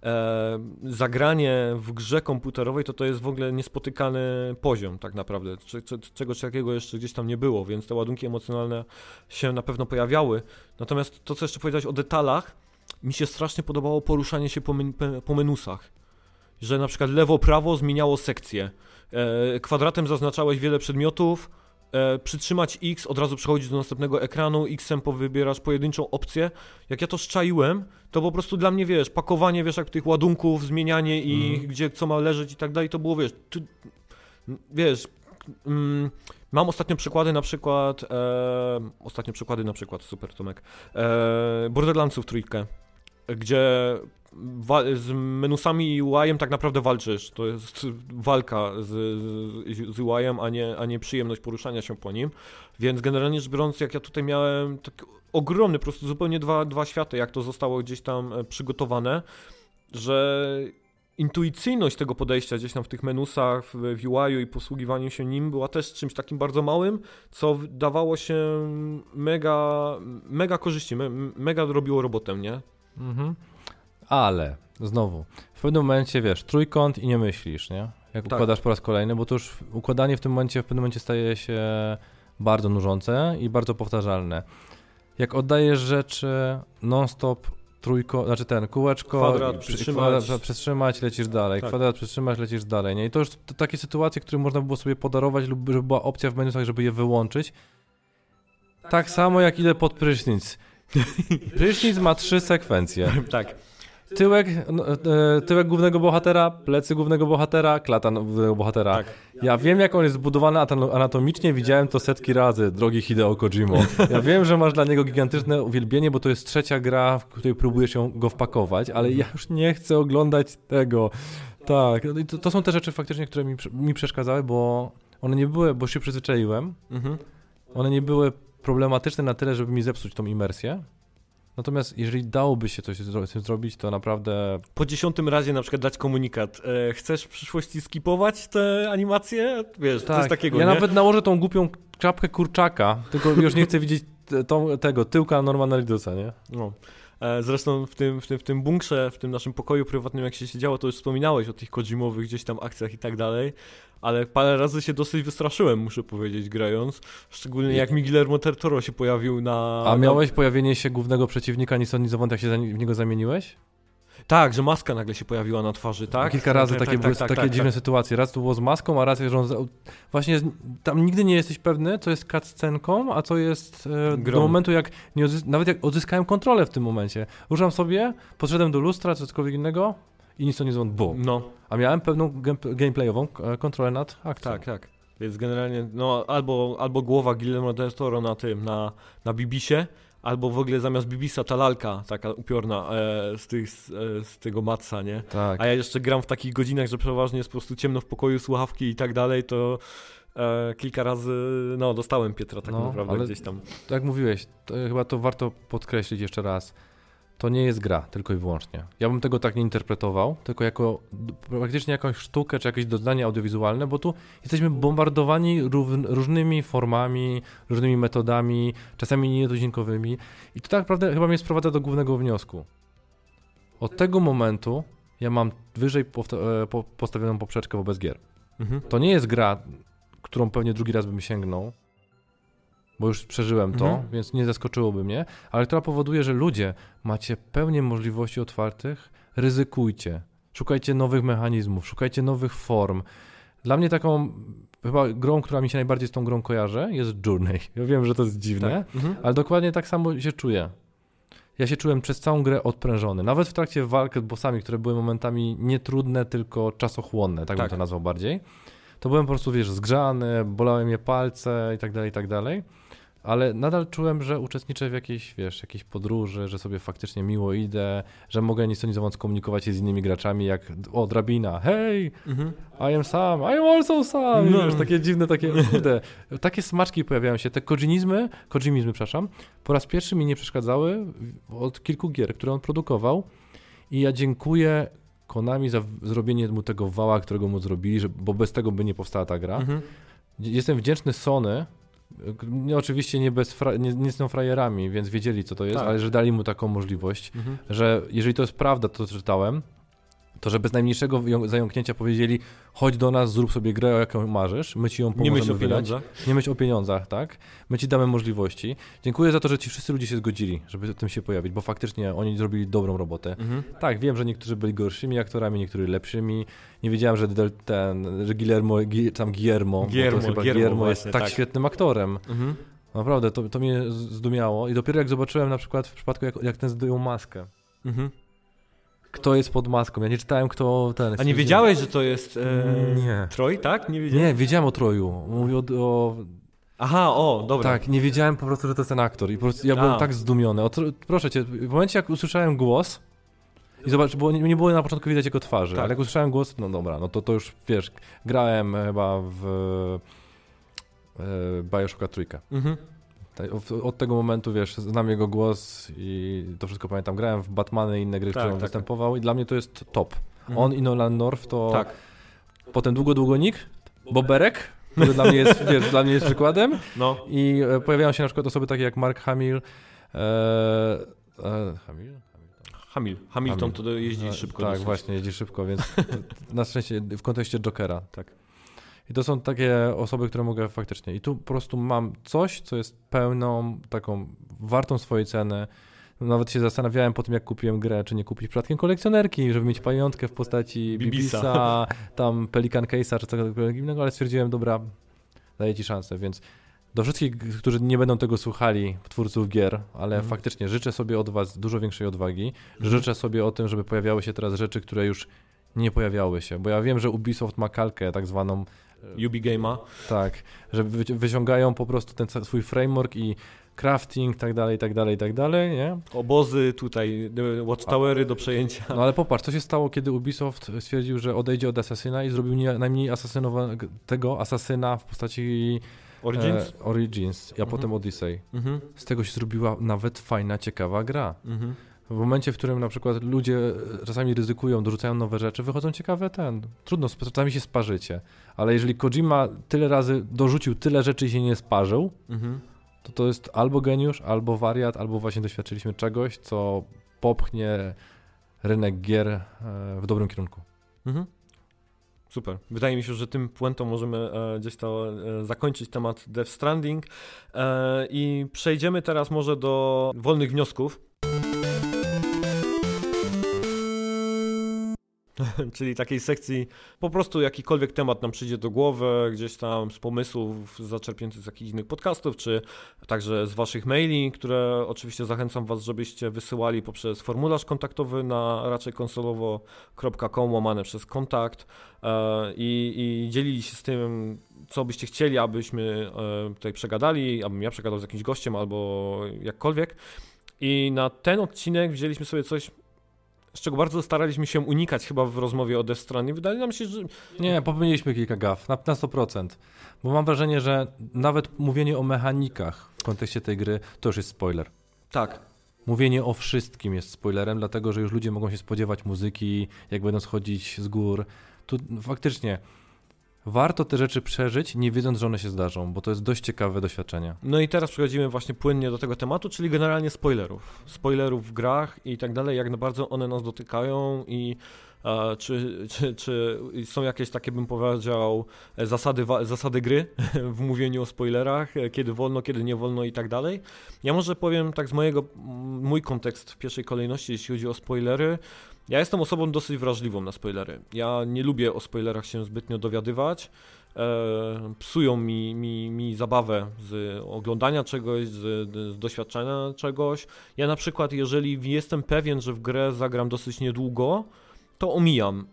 zagranie w grze komputerowej, to jest w ogóle niespotykany poziom tak naprawdę. Czegoś takiego jeszcze gdzieś tam nie było, więc te ładunki emocjonalne się na pewno pojawiały. Natomiast to, co jeszcze powiedziałeś o detalach, mi się strasznie podobało poruszanie się po menusach. Że na przykład lewo-prawo zmieniało sekcje. Kwadratem zaznaczałeś wiele przedmiotów, przytrzymać X, od razu przechodzić do następnego ekranu, X-em wybierasz pojedynczą opcję. Jak ja to szczaiłem, to po prostu dla mnie, wiesz, pakowanie, wiesz, jak tych ładunków, zmienianie ich, gdzie co ma leżeć i tak dalej, to było, wiesz, mam ostatnie przykłady na przykład, super Tomek, Borderlandsów trójkę, gdzie z menusami i UI-em tak naprawdę walczysz. To jest walka z UI-em, a nie przyjemność poruszania się po nim. Więc generalnie rzecz biorąc, jak ja tutaj miałem tak ogromny, po prostu zupełnie dwa światy, jak to zostało gdzieś tam przygotowane, że intuicyjność tego podejścia gdzieś tam w tych menusach, w UI-u i posługiwaniu się nim była też czymś takim bardzo małym, co dawało się mega korzyści, mega robiło robotę, nie? Mhm. Ale, znowu, w pewnym momencie, wiesz, trójkąt i nie myślisz, nie? Jak układasz po raz kolejny, bo to już układanie w pewnym momencie staje się bardzo nużące i bardzo powtarzalne. Jak oddajesz rzeczy non-stop, kółeczko, kwadrat, przytrzymać, lecisz dalej, tak. Kwadrat, przytrzymać, lecisz dalej, nie? I to już takie sytuacje, które można było sobie podarować lub żeby była opcja w menusach, żeby je wyłączyć. Tak samo jak idę pod prysznic. Prysznic ma 3 sekwencje. Tak. Tyłek głównego bohatera, plecy głównego bohatera, klata głównego bohatera. Tak. Ja wiem, jak on jest zbudowany anatomicznie, widziałem to setki razy, drogi Hideo Kojimo. Ja wiem, że masz dla niego gigantyczne uwielbienie, bo to jest 3. gra, w której próbujesz go wpakować, ale ja już nie chcę oglądać tego. Tak, to są te rzeczy faktycznie, które mi przeszkadzały, bo one nie były, bo się przyzwyczaiłem, one nie były problematyczne na tyle, żeby mi zepsuć tą imersję. Natomiast jeżeli dałoby się coś zrobić, to naprawdę... Po 10 razie na przykład dać komunikat. Chcesz w przyszłości skipować te animacje? Wiesz, tak, coś takiego, ja nie? nawet nałożę tą głupią czapkę kurczaka, tylko już nie chcę widzieć tego tyłka Normana Reedusa, nie? No. Zresztą w tym bunkrze, w tym naszym pokoju prywatnym, jak się siedziało, to już wspominałeś o tych Kojimowych gdzieś tam akcjach i tak dalej, ale parę razy się dosyć wystraszyłem, muszę powiedzieć, grając, szczególnie jak mi Guillermo del Toro się pojawił na... A miałeś pojawienie się głównego przeciwnika Nisonizowania, jak się w niego zamieniłeś? Tak, że maska nagle się pojawiła na twarzy, tak? Kilka razy takie dziwne sytuacje. Raz to było z maską, a raz, że on... Właśnie tam nigdy nie jesteś pewny, co jest cutscenką, a co jest do momentu, jak nawet jak odzyskałem kontrolę w tym momencie. Ruszam sobie, podszedłem do lustra, czy cokolwiek innego i nic to nie dzwon, No. A miałem pewną gameplayową kontrolę nad akcją. Tak. Więc generalnie, no albo głowa Guillermo del Toro na tym, na Bibisie, albo w ogóle zamiast Bibisa ta lalka taka upiorna z tego Matsa, nie? Tak. A ja jeszcze gram w takich godzinach, że przeważnie jest po prostu ciemno w pokoju, słuchawki i tak dalej, to kilka razy, dostałem Pietra tak naprawdę ale gdzieś tam. Tak jak mówiłeś, to chyba to warto podkreślić jeszcze raz. To nie jest gra, tylko i wyłącznie. Ja bym tego tak nie interpretował, tylko jako praktycznie jakąś sztukę, czy jakieś doznanie audiowizualne, bo tu jesteśmy bombardowani różnymi formami, różnymi metodami, czasami nietuzinkowymi i to tak naprawdę chyba mnie sprowadza do głównego wniosku. Od tego momentu ja mam wyżej postawioną poprzeczkę wobec gier. To nie jest gra, którą pewnie drugi raz bym sięgnął, bo już przeżyłem to, więc nie zaskoczyłoby mnie, ale która powoduje, że ludzie macie pełnię możliwości otwartych, ryzykujcie, szukajcie nowych mechanizmów, szukajcie nowych form. Dla mnie taką chyba grą, która mi się najbardziej z tą grą kojarzy, jest Journey. Ja wiem, że to jest dziwne, ale dokładnie tak samo się czuję. Ja się czułem przez całą grę odprężony, nawet w trakcie walk z bossami, które były momentami nie trudne, tylko czasochłonne, tak bym to nazwał bardziej. To byłem po prostu, zgrzany, bolały mnie palce i tak dalej. Ale nadal czułem, że uczestniczę w jakiejś podróży, że sobie faktycznie miło idę, że mogę nic nie komunikować się z innymi graczami, jak drabina, hey, I am Sam, I am also Sam, takie dziwne, takie smaczki pojawiają się, te kojimizmy, po raz pierwszy mi nie przeszkadzały od kilku gier, które on produkował i ja dziękuję Konami za zrobienie mu tego wała, którego mu zrobili, bo bez tego by nie powstała ta gra. Jestem wdzięczny Sony, oczywiście nie są frajerami, więc wiedzieli co to jest, ale że dali mu taką możliwość, że jeżeli to jest prawda, to co czytałem, to że bez najmniejszego zająknięcia powiedzieli, chodź do nas, zrób sobie grę, o jaką marzysz, my ci ją pomożemy. Nie myśl o pieniądzach. Nie myśl o pieniądzach, tak? My ci damy możliwości. Dziękuję za to, że ci wszyscy ludzie się zgodzili, żeby tym się pojawić, bo faktycznie oni zrobili dobrą robotę. Tak, wiem, że niektórzy byli gorszymi aktorami, niektórzy lepszymi. Nie wiedziałem, że Guillermo jest tak świetnym aktorem. Naprawdę, to mnie zdumiało i dopiero jak zobaczyłem na przykład w przypadku, jak ten zdjął maskę. Kto jest pod maską? Ja nie czytałem, kto ten... A nie wiedziałeś, że to jest nie. Troj, tak? Nie wiedziałem? Nie, wiedziałem o Troju. Mówię o... Aha, dobra. Tak, nie wiedziałem po prostu, że to jest ten aktor i po prostu ja byłem tak zdumiony. Proszę cię, w momencie jak usłyszałem głos i zobacz, bo nie było na początku widać jego twarzy, ale jak usłyszałem głos, no dobra, no to już, grałem chyba w Bioshocka 3. Od tego momentu, znam jego głos i to wszystko pamiętam. Grałem w Batmany i inne gry, w których on występował i dla mnie to jest top. On i Nolan North to... Tak. Potem długo Nick, Boberek, który dla mnie jest, dla mnie jest przykładem. I pojawiają się na przykład osoby takie jak Mark Hamill. Hamilton to jeździ szybko. Tak, właśnie, jeździ szybko, więc na szczęście w kontekście Jokera. Tak. I to są takie osoby, które mogę faktycznie. I tu po prostu mam coś, co jest pełną, taką wartą swojej ceny. Nawet się zastanawiałem po tym, jak kupiłem grę, czy nie kupić przypadkiem kolekcjonerki, żeby mieć pamiątkę w postaci Bibisa, tam Pelican Case'a, czy cokolwiek innego, ale stwierdziłem, dobra, daję ci szansę, więc do wszystkich, którzy nie będą tego słuchali, twórców gier, ale faktycznie życzę sobie od was dużo większej odwagi. Życzę sobie o tym, żeby pojawiały się teraz rzeczy, które już nie pojawiały się, bo ja wiem, że Ubisoft ma kalkę tak zwaną Ubigame'a. Tak, że wyciągają po prostu ten swój framework i crafting, tak dalej, nie? Obozy tutaj, watchtowery do przejęcia. No ale popatrz, co się stało, kiedy Ubisoft stwierdził, że odejdzie od Assassina i zrobił najmniej tego asasyna w postaci Origins, a potem Odyssey. Z tego się zrobiła nawet fajna, ciekawa gra. W momencie, w którym na przykład ludzie czasami ryzykują, dorzucają nowe rzeczy, wychodzą ciekawe trudno, czasami się sparzycie, ale jeżeli Kojima tyle razy dorzucił tyle rzeczy i się nie sparzył, to jest albo geniusz, albo wariat, albo właśnie doświadczyliśmy czegoś, co popchnie rynek gier w dobrym kierunku. Super. Wydaje mi się, że tym puentą możemy gdzieś to zakończyć temat Death Stranding i przejdziemy teraz może do wolnych wniosków. czyli takiej sekcji po prostu jakikolwiek temat nam przyjdzie do głowy, gdzieś tam z pomysłów zaczerpniętych z jakichś innych podcastów, czy także z waszych maili, które oczywiście zachęcam was, żebyście wysyłali poprzez formularz kontaktowy na raczejkonsolowo.com/kontakt i dzielili się z tym, co byście chcieli, abyśmy tutaj przegadali, abym ja przegadał z jakimś gościem albo jakkolwiek. I na ten odcinek wzięliśmy sobie coś, z czego bardzo staraliśmy się unikać chyba w rozmowie o Death Stranding. Wydaje nam się, że... Nie, popełniliśmy kilka gaf, na 100%. Bo mam wrażenie, że nawet mówienie o mechanikach w kontekście tej gry to już jest spoiler. Tak. Mówienie o wszystkim jest spoilerem, dlatego że już ludzie mogą się spodziewać muzyki, jak będą schodzić z gór. Tu faktycznie warto te rzeczy przeżyć, nie wiedząc, że one się zdarzą, bo to jest dość ciekawe doświadczenie. No i teraz przechodzimy właśnie płynnie do tego tematu, czyli generalnie spoilerów. Spoilerów w grach i tak dalej, jak bardzo one nas dotykają i czy są jakieś takie, bym powiedział, zasady gry w mówieniu o spoilerach, kiedy wolno, kiedy nie wolno i tak dalej. Ja może powiem tak z mój kontekst w pierwszej kolejności, jeśli chodzi o spoilery. Ja jestem osobą dosyć wrażliwą na spoilery. Ja nie lubię o spoilerach się zbytnio dowiadywać. Psują mi zabawę z oglądania czegoś, z doświadczenia czegoś. Ja na przykład, jeżeli jestem pewien, że w grę zagram dosyć niedługo, to omijam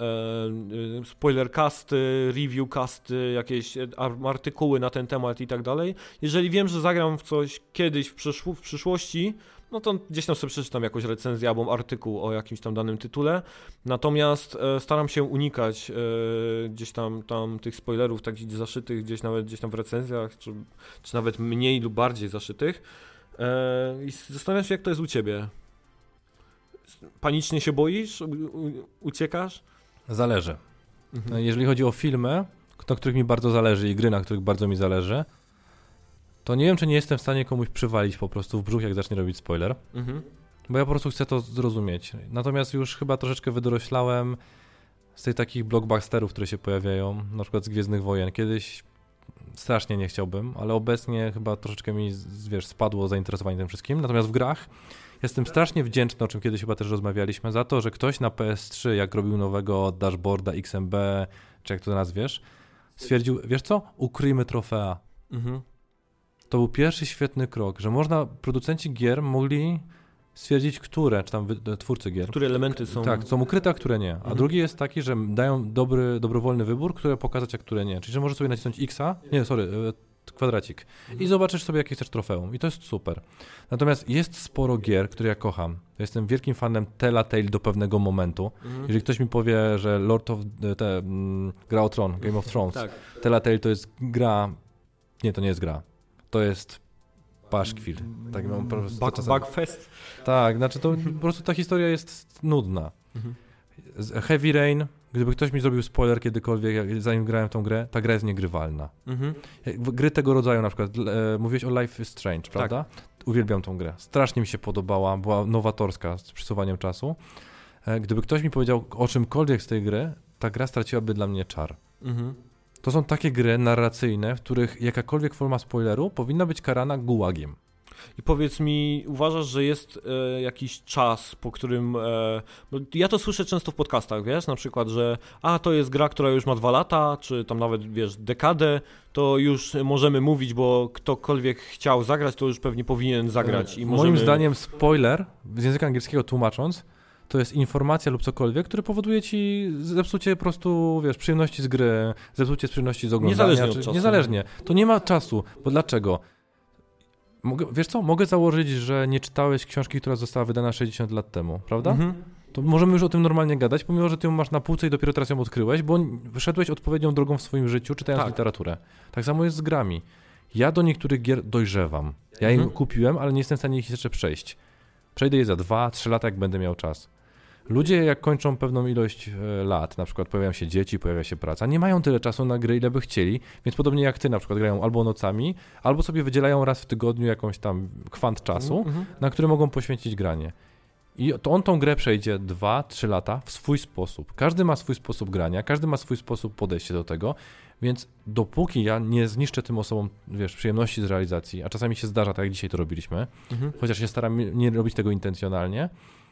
spoilercasty, reviewcasty, jakieś artykuły na ten temat i tak dalej. Jeżeli wiem, że zagram w coś kiedyś w przyszłości, no to gdzieś tam sobie przeczytam jakąś recenzję albo artykuł o jakimś tam danym tytule. Natomiast staram się unikać gdzieś tam tych spoilerów takich zaszytych gdzieś tam w recenzjach, czy nawet mniej lub bardziej zaszytych. I zastanawiam się, jak to jest u ciebie. Panicznie się boisz? Uciekasz? Zależy. Jeżeli chodzi o filmy, na których mi bardzo zależy i gry, na których bardzo mi zależy, to nie wiem, czy nie jestem w stanie komuś przywalić po prostu w brzuch, jak zacznie robić spoiler, bo ja po prostu chcę to zrozumieć. Natomiast już chyba troszeczkę wydoroślałem z tych takich blockbusterów, które się pojawiają, na przykład z Gwiezdnych Wojen. Kiedyś strasznie nie chciałbym, ale obecnie chyba troszeczkę mi, spadło zainteresowanie tym wszystkim. Natomiast w grach jestem strasznie wdzięczny, o czym kiedyś chyba też rozmawialiśmy, za to, że ktoś na PS3, jak robił nowego dashboarda XMB, czy jak to nazwiesz, stwierdził, wiesz co, ukryjmy trofea. To był pierwszy świetny krok, że producenci gier mogli stwierdzić, które, czy tam twórcy gier. Które elementy są... Tak, są ukryte, a które nie. A drugi jest taki, że dają dobrowolny wybór, które pokazać, a które nie. Czyli, że możesz sobie nacisnąć kwadracik i zobaczysz sobie, jakie chcesz trofeum. I to jest super. Natomiast jest sporo gier, które ja kocham. Ja jestem wielkim fanem Telltale do pewnego momentu. Jeżeli ktoś mi powie, że gra o Tron, Game of Thrones, tak. Telltale to jest gra... Nie, to nie jest gra. To jest paszkwil. Tak, mam po prostu Bugfest. Tak, znaczy to po prostu ta historia jest nudna. Heavy Rain, gdyby ktoś mi zrobił spoiler kiedykolwiek, zanim grałem w tą grę, ta gra jest niegrywalna. Gry tego rodzaju, na przykład mówiłeś o Life is Strange, prawda? Tak. Uwielbiam tą grę. Strasznie mi się podobała, była nowatorska z przesuwaniem czasu. Gdyby ktoś mi powiedział o czymkolwiek z tej gry, ta gra straciłaby dla mnie czar. To są takie gry narracyjne, w których jakakolwiek forma spoileru powinna być karana gułagiem. I powiedz mi, uważasz, że jest jakiś czas, po którym... bo ja to słyszę często w podcastach, wiesz, na przykład, że to jest gra, która już ma 2 lata, czy tam nawet, wiesz, dekadę, to już możemy mówić, bo ktokolwiek chciał zagrać, to już pewnie powinien zagrać. I Moim zdaniem spoiler, z języka angielskiego tłumacząc, to jest informacja lub cokolwiek, które powoduje ci zepsucie po prostu, wiesz, przyjemności z gry, zepsucie z przyjemności z oglądania. Niezależnie od czasu. Niezależnie. To nie ma czasu, bo dlaczego? Wiesz co, mogę założyć, że nie czytałeś książki, która została wydana 60 lat temu, prawda? To możemy już o tym normalnie gadać, pomimo że ty ją masz na półce i dopiero teraz ją odkryłeś, bo wyszedłeś odpowiednią drogą w swoim życiu, czytając literaturę. Tak samo jest z grami. Ja do niektórych gier dojrzewam. Ja im kupiłem, ale nie jestem w stanie ich jeszcze przejść. Przejdę je za 2-3 lata, jak będę miał czas. Ludzie, jak kończą pewną ilość lat, na przykład pojawiają się dzieci, pojawia się praca, nie mają tyle czasu na gry, ile by chcieli, więc podobnie jak ty na przykład grają albo nocami, albo sobie wydzielają raz w tygodniu jakąś tam kwant czasu, na który mogą poświęcić granie. I to on tą grę przejdzie 2-3 lata w swój sposób. Każdy ma swój sposób grania, każdy ma swój sposób podejścia do tego, więc dopóki ja nie zniszczę tym osobom, wiesz, przyjemności z realizacji, a czasami się zdarza, tak jak dzisiaj to robiliśmy, chociaż się staram nie robić tego intencjonalnie,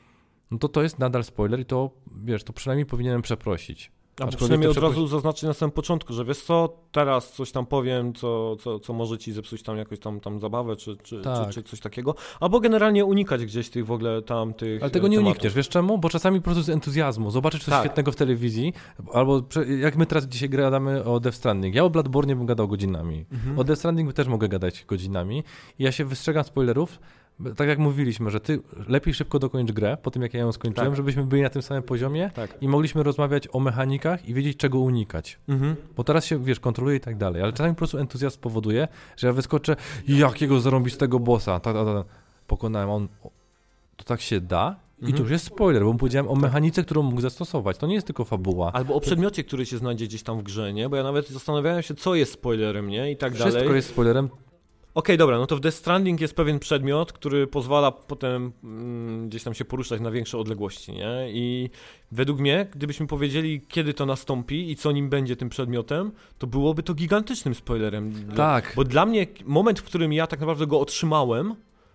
no to jest nadal spoiler i to, wiesz, to przynajmniej powinienem przeprosić. Albo przynajmniej od razu zaznaczyć na samym początku, że wiesz co, teraz coś tam powiem, co może ci zepsuć tam jakąś tam zabawę, czy coś takiego. Albo generalnie unikać gdzieś tych w ogóle tam tych Ale tego nie tematów. unikniesz, wiesz czemu? Bo czasami po prostu z entuzjazmu zobaczysz coś świetnego w telewizji, albo jak my teraz dzisiaj gadamy o Death Stranding. Ja o Bloodborne bym gadał godzinami. O Death Stranding też mogę gadać godzinami. I ja się wystrzegam spoilerów, tak jak mówiliśmy, że ty lepiej szybko dokończ grę po tym, jak ja ją skończyłem, żebyśmy byli na tym samym poziomie i mogliśmy rozmawiać o mechanikach i wiedzieć, czego unikać. Bo teraz się, wiesz, kontroluje i tak dalej, ale czasami po prostu entuzjazm powoduje, że ja wyskoczę, jakiego zarąbistego bossa, pokonałem, on, to tak się da? I to już jest spoiler, bo powiedziałem o mechanice, którą mógł zastosować. To nie jest tylko fabuła. Albo o przedmiocie, który się znajdzie gdzieś tam w grze, nie? Bo ja nawet zastanawiałem się, co jest spoilerem, nie? I tak dalej. Wszystko jest spoilerem. Okej, dobra, no to w Death Stranding jest pewien przedmiot, który pozwala potem gdzieś tam się poruszać na większe odległości, nie? I według mnie, gdybyśmy powiedzieli, kiedy to nastąpi i co nim będzie tym przedmiotem, to byłoby to gigantycznym spoilerem. Tak. Bo dla mnie moment, w którym ja tak naprawdę go otrzymałem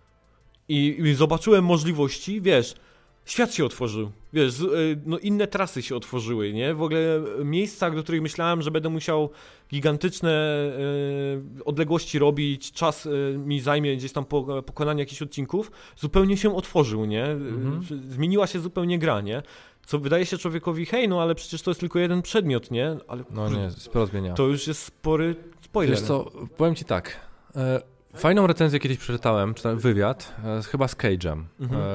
i zobaczyłem możliwości, wiesz, świat się otworzył, wiesz, no inne trasy się otworzyły, nie? W ogóle miejsca, do których myślałem, że będę musiał gigantyczne odległości robić, czas mi zajmie gdzieś tam pokonanie jakichś odcinków, zupełnie się otworzył, nie? Zmieniła się zupełnie gra, nie? Co wydaje się człowiekowi, hej, no ale przecież to jest tylko jeden przedmiot, nie? Ale no nie, sporo zmienia. To już jest spory spoiler. Wiesz co, powiem ci tak, fajną recenzję kiedyś przeczytałem, czy wywiad, chyba z Cage'em.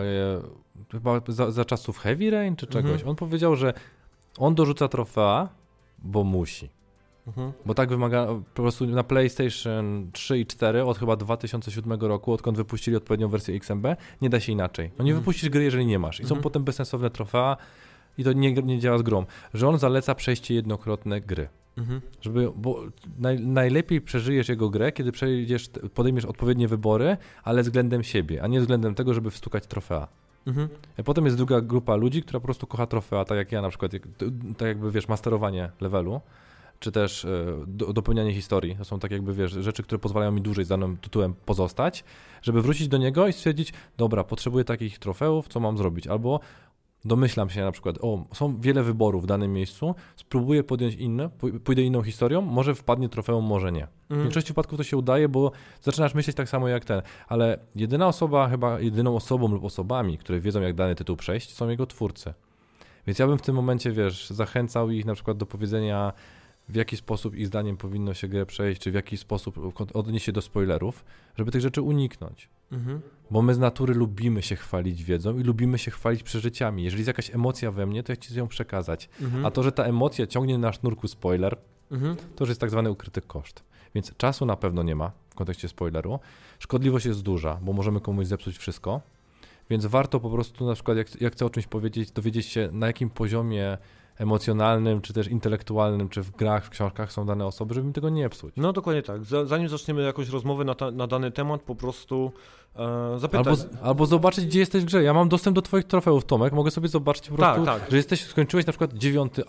Chyba za czasów Heavy Rain czy czegoś. On powiedział, że on dorzuca trofea, bo musi. Bo tak wymaga po prostu na PlayStation 3 i 4 od chyba 2007 roku, odkąd wypuścili odpowiednią wersję XMB, nie da się inaczej. No nie wypuścisz gry, jeżeli nie masz. I są potem bezsensowne trofea i to nie działa z grą. Że on zaleca przejście jednokrotne gry. Bo najlepiej przeżyjesz jego grę, kiedy podejmiesz odpowiednie wybory, ale względem siebie, a nie względem tego, żeby wstukać trofea. Potem jest druga grupa ludzi, która po prostu kocha trofea, tak jak ja na przykład, tak jakby wiesz, masterowanie levelu, czy też dopełnianie historii. To są tak jakby wiesz, rzeczy, które pozwalają mi dłużej z danym tytułem pozostać, żeby wrócić do niego i stwierdzić, dobra, potrzebuję takich trofeów, co mam zrobić? Albo domyślam się na przykład, są wiele wyborów w danym miejscu, spróbuję podjąć inne, pójdę inną historią, może wpadnie trofeum, może nie. W większości przypadków to się udaje, bo zaczynasz myśleć tak samo jak ten, ale jedyną osobą lub osobami, które wiedzą, jak dany tytuł przejść, są jego twórcy. Więc ja bym w tym momencie, wiesz, zachęcał ich na przykład do powiedzenia, w jaki sposób ich zdaniem powinno się grę przejść, czy w jaki sposób odnieść się do spoilerów, żeby tych rzeczy uniknąć. Bo my z natury lubimy się chwalić wiedzą i lubimy się chwalić przeżyciami. Jeżeli jest jakaś emocja we mnie, to ja chcę ją przekazać. A to, że ta emocja ciągnie na sznurku spoiler, to już jest tak zwany ukryty koszt. Więc czasu na pewno nie ma w kontekście spoileru. Szkodliwość jest duża, bo możemy komuś zepsuć wszystko. Więc warto po prostu na przykład, jak chcę o czymś powiedzieć, dowiedzieć się, na jakim poziomie emocjonalnym, czy też intelektualnym, czy w grach, w książkach są dane osoby, żeby mi tego nie psuć. No dokładnie tak. Zanim zaczniemy jakąś rozmowę na dany temat, po prostu zapytać. Albo zobaczyć, gdzie jesteś w grze. Ja mam dostęp do twoich trofeów, Tomek, mogę sobie zobaczyć po prostu, że skończyłeś na przykład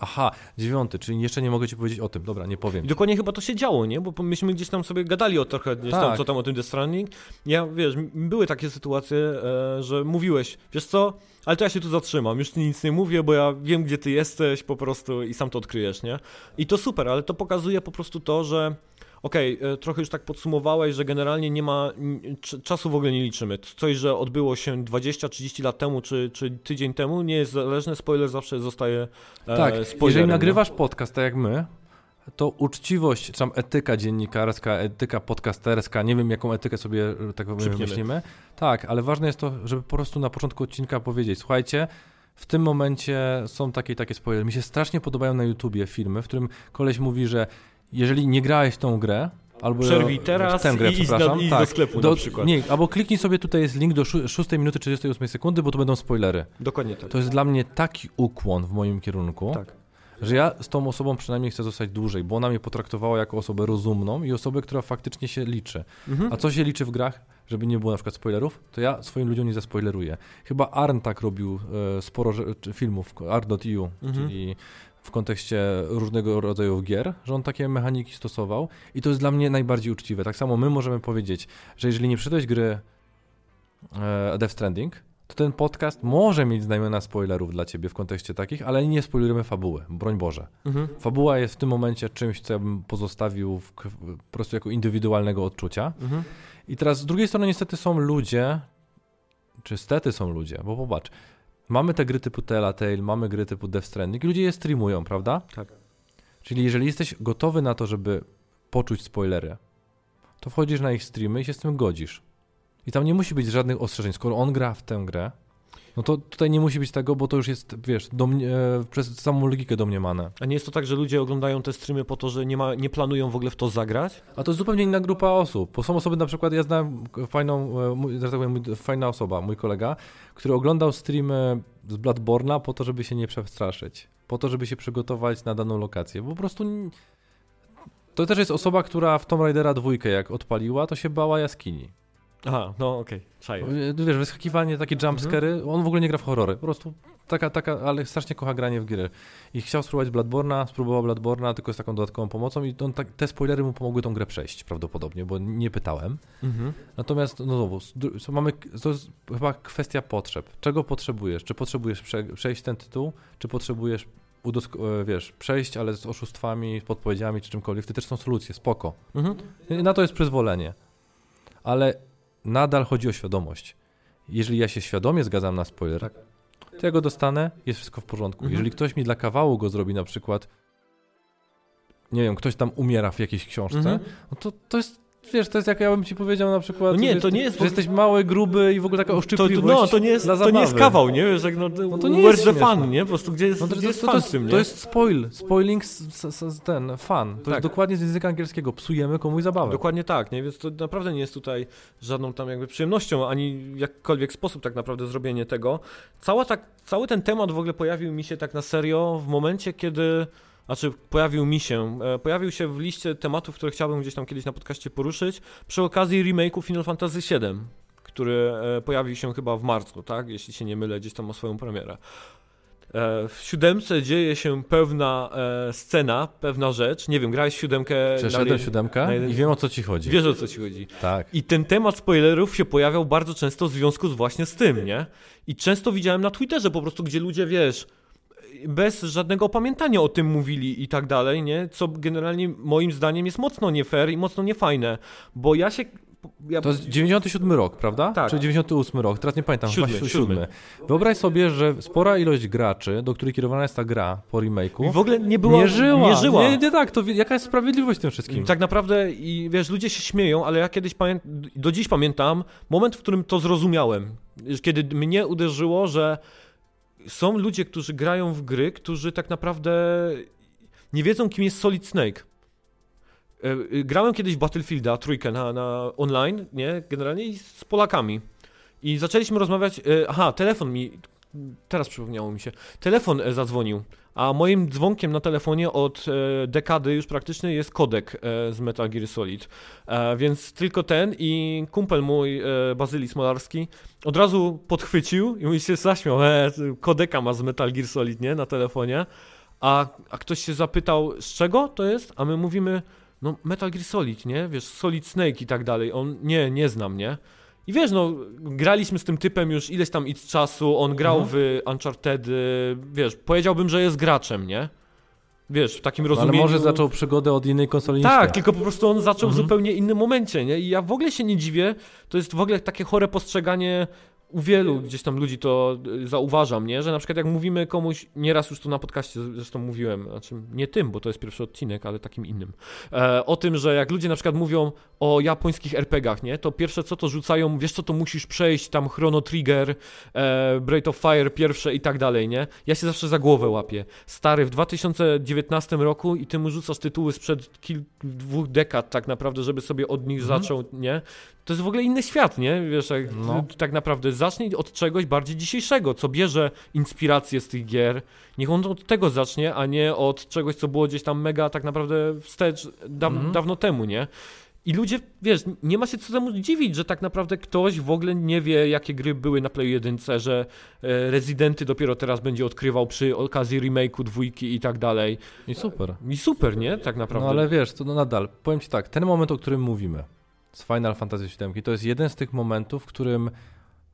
9, czyli jeszcze nie mogę ci powiedzieć o tym. Dobra, nie powiem. I dokładnie chyba to się działo, nie? Bo myśmy gdzieś tam sobie gadali co tam o tym Death Stranding. Ja, wiesz, były takie sytuacje, że mówiłeś, wiesz co, ale to ja się tu zatrzymam, już nic nie mówię, bo ja wiem, gdzie ty jesteś po prostu i sam to odkryjesz, nie? I to super, ale to pokazuje po prostu to, że trochę już tak podsumowałeś, że generalnie nie ma, czasu w ogóle nie liczymy. Coś, że odbyło się 20-30 lat temu, czy tydzień temu, nie jest zależne, spoiler zawsze zostaje spoilerem. Jeżeli nagrywasz podcast tak jak my, to uczciwość, czy tam etyka dziennikarska, etyka podcasterska, nie wiem jaką etykę sobie tak myślimy. Tak, ale ważne jest to, żeby po prostu na początku odcinka powiedzieć, słuchajcie, w tym momencie są takie spoilery. Mi się strasznie podobają na YouTubie filmy, w którym koleś mówi, że jeżeli nie grałeś w tą grę, albo przerwij teraz i idź do sklepu na przykład. Nie, albo kliknij sobie, tutaj jest link do 6 minuty 38 sekundy, bo to będą spoilery. Dokładnie tak. To jest dla mnie taki ukłon w moim kierunku, że ja z tą osobą przynajmniej chcę zostać dłużej, bo ona mnie potraktowała jako osobę rozumną i osobę, która faktycznie się liczy. A co się liczy w grach? Żeby nie było na przykład spoilerów, to ja swoim ludziom nie zaspoileruję. Chyba Arn tak robił sporo filmów, Arn.eu, czyli w kontekście różnego rodzaju gier, że on takie mechaniki stosował i to jest dla mnie najbardziej uczciwe. Tak samo my możemy powiedzieć, że jeżeli nie przyszedłeś gry Death Stranding, to ten podcast może mieć znamiona spoilerów dla ciebie w kontekście takich, ale nie spoilerujemy fabuły, broń Boże. Fabuła jest w tym momencie czymś, co ja bym pozostawił po prostu jako indywidualnego odczucia. I teraz z drugiej strony niestety są ludzie, czy stety są ludzie, bo popatrz, mamy te gry typu Telltale, mamy gry typu Death Stranding i ludzie je streamują, prawda? Tak. Czyli jeżeli jesteś gotowy na to, żeby poczuć spoilery, to wchodzisz na ich streamy i się z tym godzisz. I tam nie musi być żadnych ostrzeżeń. Skoro on gra w tę grę, no to tutaj nie musi być tego, bo to już jest, wiesz, przez samą logikę domniemane. A nie jest to tak, że ludzie oglądają te streamy po to, że nie planują w ogóle w to zagrać? A to jest zupełnie inna grupa osób. Bo są osoby, na przykład, ja znałem fajna osoba, mój kolega, który oglądał streamy z Bloodborne'a po to, żeby się nie przestraszyć. Po to, żeby się przygotować na daną lokację. Po prostu to też jest osoba, która w Tomb Raidera 2 jak odpaliła, to się bała jaskini. Aha, no okej, czaję. Wiesz, wyskakiwanie, takie jumpscary, on w ogóle nie gra w horrory, po prostu taka, ale strasznie kocha granie w gry. I chciał spróbować Bloodborne'a, spróbował Bloodborne'a tylko z taką dodatkową pomocą i te spoilery mu pomogły tą grę przejść prawdopodobnie, bo nie pytałem. Natomiast, no znowu, to jest chyba kwestia potrzeb. Czego potrzebujesz? Czy potrzebujesz przejść ten tytuł, czy potrzebujesz przejść, ale z oszustwami, z podpowiedziami, czy czymkolwiek. To też są solucje, spoko. Na to jest przyzwolenie. Ale nadal chodzi o świadomość. Jeżeli ja się świadomie zgadzam na spoiler, to ja go dostanę, jest wszystko w porządku. Jeżeli ktoś mi dla kawału go zrobi na przykład, nie wiem, ktoś tam umiera w jakiejś książce, no to jest, wiesz, to jest jak ja bym ci powiedział na przykład, no nie, wiesz, to nie jest, że jesteś mały, gruby i w ogóle taka oszczypliwość to nie jest kawał, nie? Wiesz, jak to nie where's jest the śmieszne. fun, nie? Po prostu gdzie jest fan w tym, nie? To jest spoiling ten fan. To jest dokładnie z języka angielskiego. Psujemy komuś zabawę. Dokładnie tak, nie? Więc to naprawdę nie jest tutaj żadną tam jakby przyjemnością, ani jakkolwiek sposób tak naprawdę zrobienie tego. Cały ten temat w ogóle pojawił mi się tak na serio w momencie, kiedy... Pojawił się w liście tematów, które chciałbym gdzieś tam kiedyś na podcaście poruszyć, przy okazji remake'u Final Fantasy VII, który pojawił się chyba w marcu, tak? Jeśli się nie mylę, gdzieś tam ma swoją premierę. W 7 dzieje się pewna scena, pewna rzecz. Nie wiem, grałeś w 7? Przeszedłem 7 i wiem, o co ci chodzi. Wiesz, o co ci chodzi. Tak. I ten temat spoilerów się pojawiał bardzo często w związku właśnie z tym, nie? I często widziałem na Twitterze po prostu, gdzie ludzie, wiesz, bez żadnego opamiętania o tym mówili i tak dalej, nie? Co generalnie moim zdaniem jest mocno nie fair i mocno niefajne, bo To jest 97 rok, prawda? Tak. Czy 98 rok? Teraz nie pamiętam. 7. Wyobraź sobie, że spora ilość graczy, do której kierowana jest ta gra po remake'u, w ogóle nie żyła. Nie, tak, to jaka jest sprawiedliwość w tym wszystkim? Tak naprawdę i wiesz, ludzie się śmieją, ale ja kiedyś do dziś pamiętam moment, w którym to zrozumiałem. Kiedy mnie uderzyło, że są ludzie, którzy grają w gry, którzy tak naprawdę nie wiedzą, kim jest Solid Snake. Grałem kiedyś w Battlefielda, trójkę na online, nie? Generalnie i z Polakami. I zaczęliśmy rozmawiać, telefon teraz przypomniało mi się, telefon zadzwonił, a moim dzwonkiem na telefonie od dekady już praktycznie jest kodek z Metal Gear Solid. Więc tylko ten i kumpel mój, Bazyli Smolarski, od razu podchwycił i mi się zaśmiał, kodeka ma z Metal Gear Solid, nie? Na telefonie. A ktoś się zapytał, z czego to jest? A my mówimy, no Metal Gear Solid, nie? Wiesz, Solid Snake i tak dalej. On, nie znam, nie? I wiesz, no, graliśmy z tym typem już ileś tam czasu, on grał w Uncharted, wiesz, powiedziałbym, że jest graczem, nie? Wiesz, w takim rozumieniu... Ale może zaczął przygodę od innej konsoli. Tak, tylko po prostu on zaczął w zupełnie innym momencie, nie? I ja w ogóle się nie dziwię, to jest w ogóle takie chore postrzeganie u wielu gdzieś tam ludzi to zauważam, nie? Że na przykład jak mówimy komuś, nieraz już to na podcaście zresztą mówiłem, znaczy nie tym, bo to jest pierwszy odcinek, ale takim innym, o tym, że jak ludzie na przykład mówią o japońskich RPG-ach, nie? To pierwsze co to rzucają, wiesz co to musisz przejść, tam Chrono Trigger, Breath of Fire pierwsze i tak dalej, nie? Ja się zawsze za głowę łapię. Stary, w 2019 roku i ty mu rzucasz tytuły sprzed 2 dekad tak naprawdę, żeby sobie od nich zaczął, nie? To jest w ogóle inny świat, nie? Wiesz, jak tak naprawdę zacznij od czegoś bardziej dzisiejszego, co bierze inspirację z tych gier. Niech on od tego zacznie, a nie od czegoś, co było gdzieś tam mega tak naprawdę wstecz dawno temu, nie? I ludzie, wiesz, nie ma się co temu dziwić, że tak naprawdę ktoś w ogóle nie wie, jakie gry były na Play 1, że Residenty dopiero teraz będzie odkrywał przy okazji remake'u 2 i tak dalej. I super, nie? Tak naprawdę. No ale wiesz, to nadal, powiem ci tak, ten moment, o którym mówimy, z Final Fantasy VII, to jest jeden z tych momentów, w którym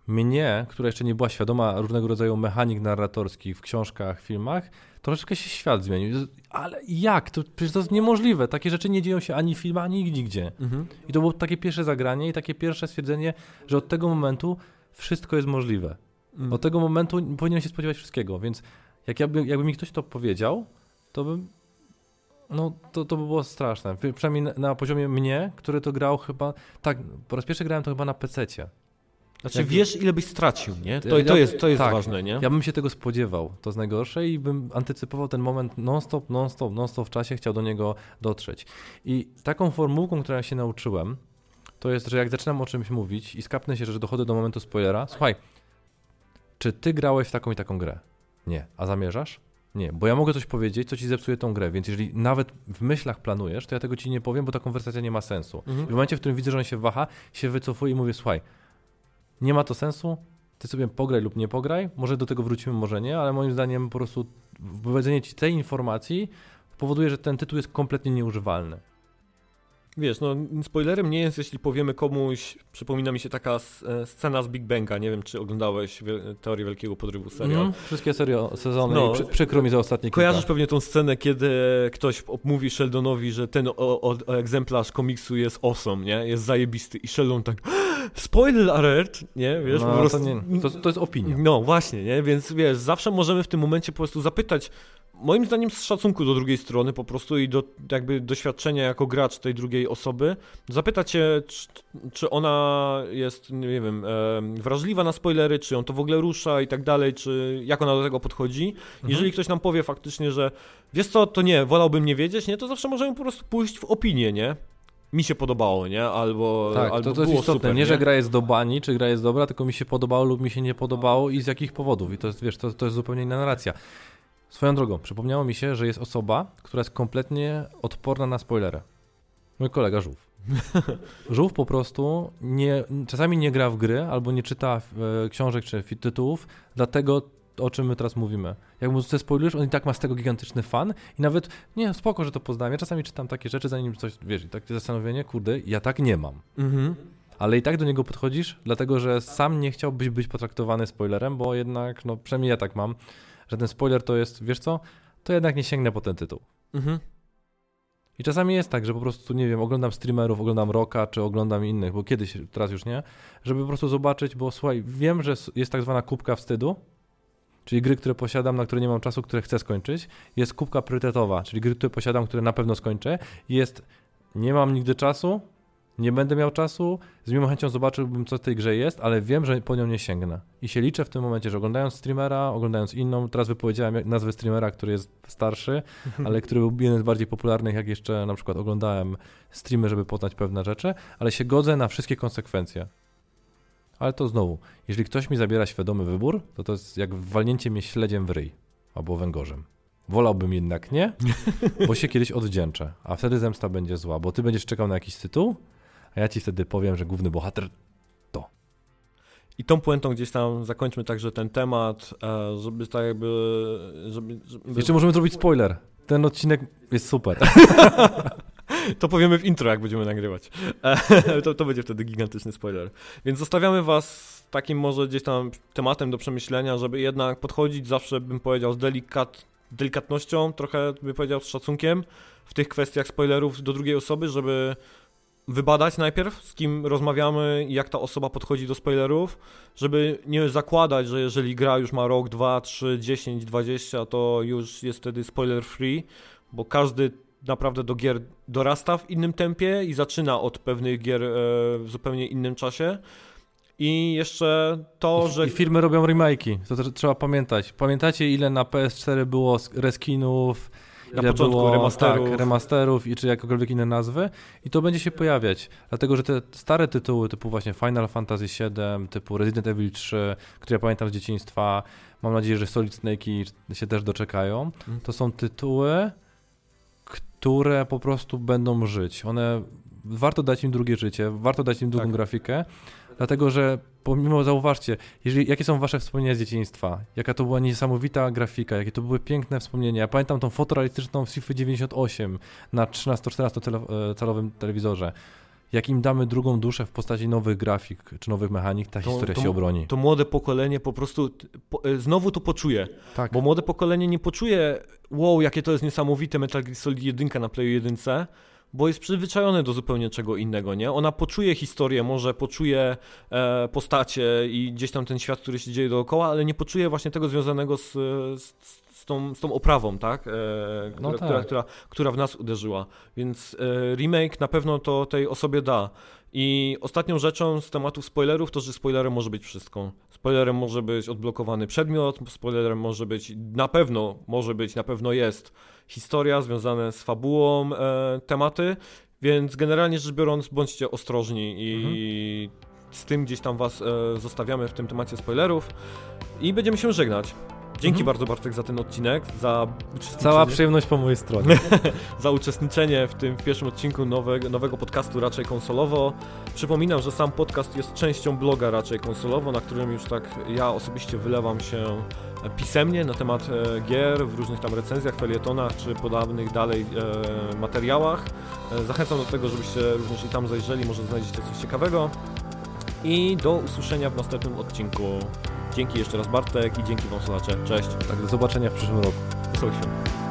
mnie, która jeszcze nie była świadoma różnego rodzaju mechanik narratorskich w książkach, filmach, troszeczkę się świat zmienił. Ale jak? Przecież to jest niemożliwe. Takie rzeczy nie dzieją się ani w filmach, ani nigdzie. I to było takie pierwsze zagranie i takie pierwsze stwierdzenie, że od tego momentu wszystko jest możliwe. Od tego momentu powinienem się spodziewać wszystkiego, więc jakby mi ktoś to powiedział, to bym to by było straszne. Przynajmniej na poziomie mnie, który to grał chyba, tak, po raz pierwszy grałem to chyba na PC-cie. Znaczy wiesz, ile byś stracił, nie? To jest ważne, nie? Ja bym się tego spodziewał, to jest najgorsze i bym antycypował ten moment non-stop w czasie, chciał do niego dotrzeć. I taką formułką, którą ja się nauczyłem, to jest, że jak zaczynam o czymś mówić i skapnę się, że dochodzę do momentu spoilera, słuchaj, czy ty grałeś w taką i taką grę? Nie. A zamierzasz? Nie, bo ja mogę coś powiedzieć, co ci zepsuje tą grę, więc jeżeli nawet w myślach planujesz, to ja tego ci nie powiem, bo ta konwersacja nie ma sensu. I w momencie, w którym widzę, że on się waha, się wycofuję i mówię, słuchaj, nie ma to sensu, ty sobie pograj lub nie pograj, może do tego wrócimy, może nie, ale moim zdaniem po prostu powiedzenie ci tej informacji powoduje, że ten tytuł jest kompletnie nieużywalny. Wiesz, spoilerem nie jest, jeśli powiemy komuś, przypomina mi się taka scena z Big Banga, nie wiem, czy oglądałeś Teorię Wielkiego Podrywu serial. Wszystkie sezony i przykro mi za ostatnie kilka. Kojarzysz pewnie tą scenę, kiedy ktoś mówi Sheldonowi, że ten egzemplarz komiksu jest awesome, nie? Jest zajebisty i Sheldon tak spoiler alert, nie? Wiesz, po prostu... To jest opinia. No właśnie, nie? Więc wiesz, zawsze możemy w tym momencie po prostu zapytać, moim zdaniem z szacunku do drugiej strony po prostu i do jakby doświadczenia jako gracz tej drugiej osoby, zapytać się, czy ona jest, nie wiem, wrażliwa na spoilery, czy ją to w ogóle rusza i tak dalej, czy jak ona do tego podchodzi. Jeżeli ktoś nam powie faktycznie, że wiesz co, to nie, wolałbym nie wiedzieć, nie, to zawsze możemy po prostu pójść w opinię, nie? Mi się podobało, nie? Albo to jest było istotne, super, nie, że gra jest do bani, czy gra jest dobra, tylko mi się podobało lub mi się nie podobało i z jakich powodów. I to jest, wiesz, to jest zupełnie inna narracja. Swoją drogą, przypomniało mi się, że jest osoba, która jest kompletnie odporna na spoilery. Mój kolega Żółw. Żółw po prostu czasami nie gra w gry albo nie czyta książek czy tytułów, dlatego o czym my teraz mówimy. Jak mu spoilujesz, on i tak ma z tego gigantyczny fan i nawet, nie, spoko, że to poznałem. Ja czasami czytam takie rzeczy, zanim coś, wiesz, i takie zastanowienie, kurde, ja tak nie mam. Ale i tak do niego podchodzisz, dlatego że sam nie chciałbyś być potraktowany spoilerem, bo jednak, przynajmniej ja tak mam, że ten spoiler to jest, wiesz co, to jednak nie sięgnę po ten tytuł. I czasami jest tak, że po prostu, nie wiem, oglądam streamerów, oglądam Rocka, czy oglądam innych, bo kiedyś, teraz już nie, żeby po prostu zobaczyć, bo słuchaj, wiem, że jest tak zwana kubka wstydu, czyli gry, które posiadam, na które nie mam czasu, które chcę skończyć. Jest kubka priorytetowa, czyli gry, które posiadam, które na pewno skończę. Jest, nie mam nigdy czasu, nie będę miał czasu, z miłą chęcią zobaczyłbym, co w tej grze jest, ale wiem, że po nią nie sięgnę. I się liczę w tym momencie, że oglądając streamera, oglądając inną, teraz wypowiedziałem nazwę streamera, który jest starszy, ale który był jeden z bardziej popularnych, jak jeszcze na przykład oglądałem streamy, żeby poznać pewne rzeczy, ale się godzę na wszystkie konsekwencje. Ale to znowu, jeżeli ktoś mi zabiera świadomy wybór, to jest jak walnięcie mnie śledziem w ryj albo węgorzem. Wolałbym jednak nie, bo się kiedyś odwdzięczę, a wtedy zemsta będzie zła, bo ty będziesz czekał na jakiś tytuł, a ja ci wtedy powiem, że główny bohater to. I tą puentą gdzieś tam zakończmy także ten temat, żeby tak jakby... Jeszcze możemy zrobić spoiler. Ten odcinek jest super. To powiemy w intro, jak będziemy nagrywać. To będzie wtedy gigantyczny spoiler. Więc zostawiamy was takim może gdzieś tam tematem do przemyślenia, żeby jednak podchodzić zawsze, bym powiedział, z delikatnością, trochę bym powiedział z szacunkiem w tych kwestiach spoilerów do drugiej osoby, żeby wybadać najpierw, z kim rozmawiamy i jak ta osoba podchodzi do spoilerów, żeby nie zakładać, że jeżeli gra już ma rok, 2, 3, 10, 20, to już jest wtedy spoiler free, bo każdy naprawdę do gier dorasta w innym tempie i zaczyna od pewnych gier w zupełnie innym czasie. I jeszcze to, że... I firmy robią remake'i, to też trzeba pamiętać. Pamiętacie, ile na PS4 było reskinów, na początku było remasterów i czy jakiekolwiek inne nazwy i to będzie się pojawiać, dlatego że te stare tytuły typu właśnie Final Fantasy VII, typu Resident Evil 3, które ja pamiętam z dzieciństwa, mam nadzieję, że Solid Snake'i się też doczekają, to są tytuły, które po prostu będą żyć. Warto dać im drugie życie, warto dać im drugą grafikę, dlatego że pomimo, zauważcie, jakie są wasze wspomnienia z dzieciństwa, jaka to była niesamowita grafika, jakie to były piękne wspomnienia. Ja pamiętam tą fotorealistyczną FIFA 98 na 13-14 calowym telewizorze. jak im damy drugą duszę w postaci nowych grafik czy nowych mechanik, ta historia się obroni. To młode pokolenie po prostu znowu to poczuje, Tak. bo młode pokolenie nie poczuje, wow, jakie to jest niesamowite Metal Gear Solid 1 na Playu 1, bo jest przyzwyczajone do zupełnie czego innego, nie? Ona poczuje historię, może poczuje postacie i gdzieś tam ten świat, który się dzieje dookoła, ale nie poczuje właśnie tego związanego z tą oprawą, tak? Która w nas uderzyła. Więc remake na pewno to tej osobie da. I ostatnią rzeczą z tematów spoilerów to, że spoilerem może być wszystko. Spoilerem może być odblokowany przedmiot, spoilerem może być, na pewno jest historia związana z fabułą, tematy, więc generalnie rzecz biorąc bądźcie ostrożni i z tym gdzieś tam was zostawiamy w tym temacie spoilerów i będziemy się żegnać. Dzięki bardzo, Bartek, za ten odcinek, za uczestniczenie. Cała przyjemność po mojej stronie. Za uczestniczenie w pierwszym odcinku nowego podcastu Raczej Konsolowo. Przypominam, że sam podcast jest częścią bloga Raczej Konsolowo, na którym już tak ja osobiście wylewam się pisemnie na temat gier, w różnych tam recenzjach, felietonach czy podobnych dalej materiałach. Zachęcam do tego, żebyście również i tam zajrzeli, może znajdziecie coś ciekawego. I do usłyszenia w następnym odcinku. Dzięki jeszcze raz, Bartek, i dzięki wam, słuchacze. Cześć. Tak, do zobaczenia w przyszłym roku. Wesołych świąt.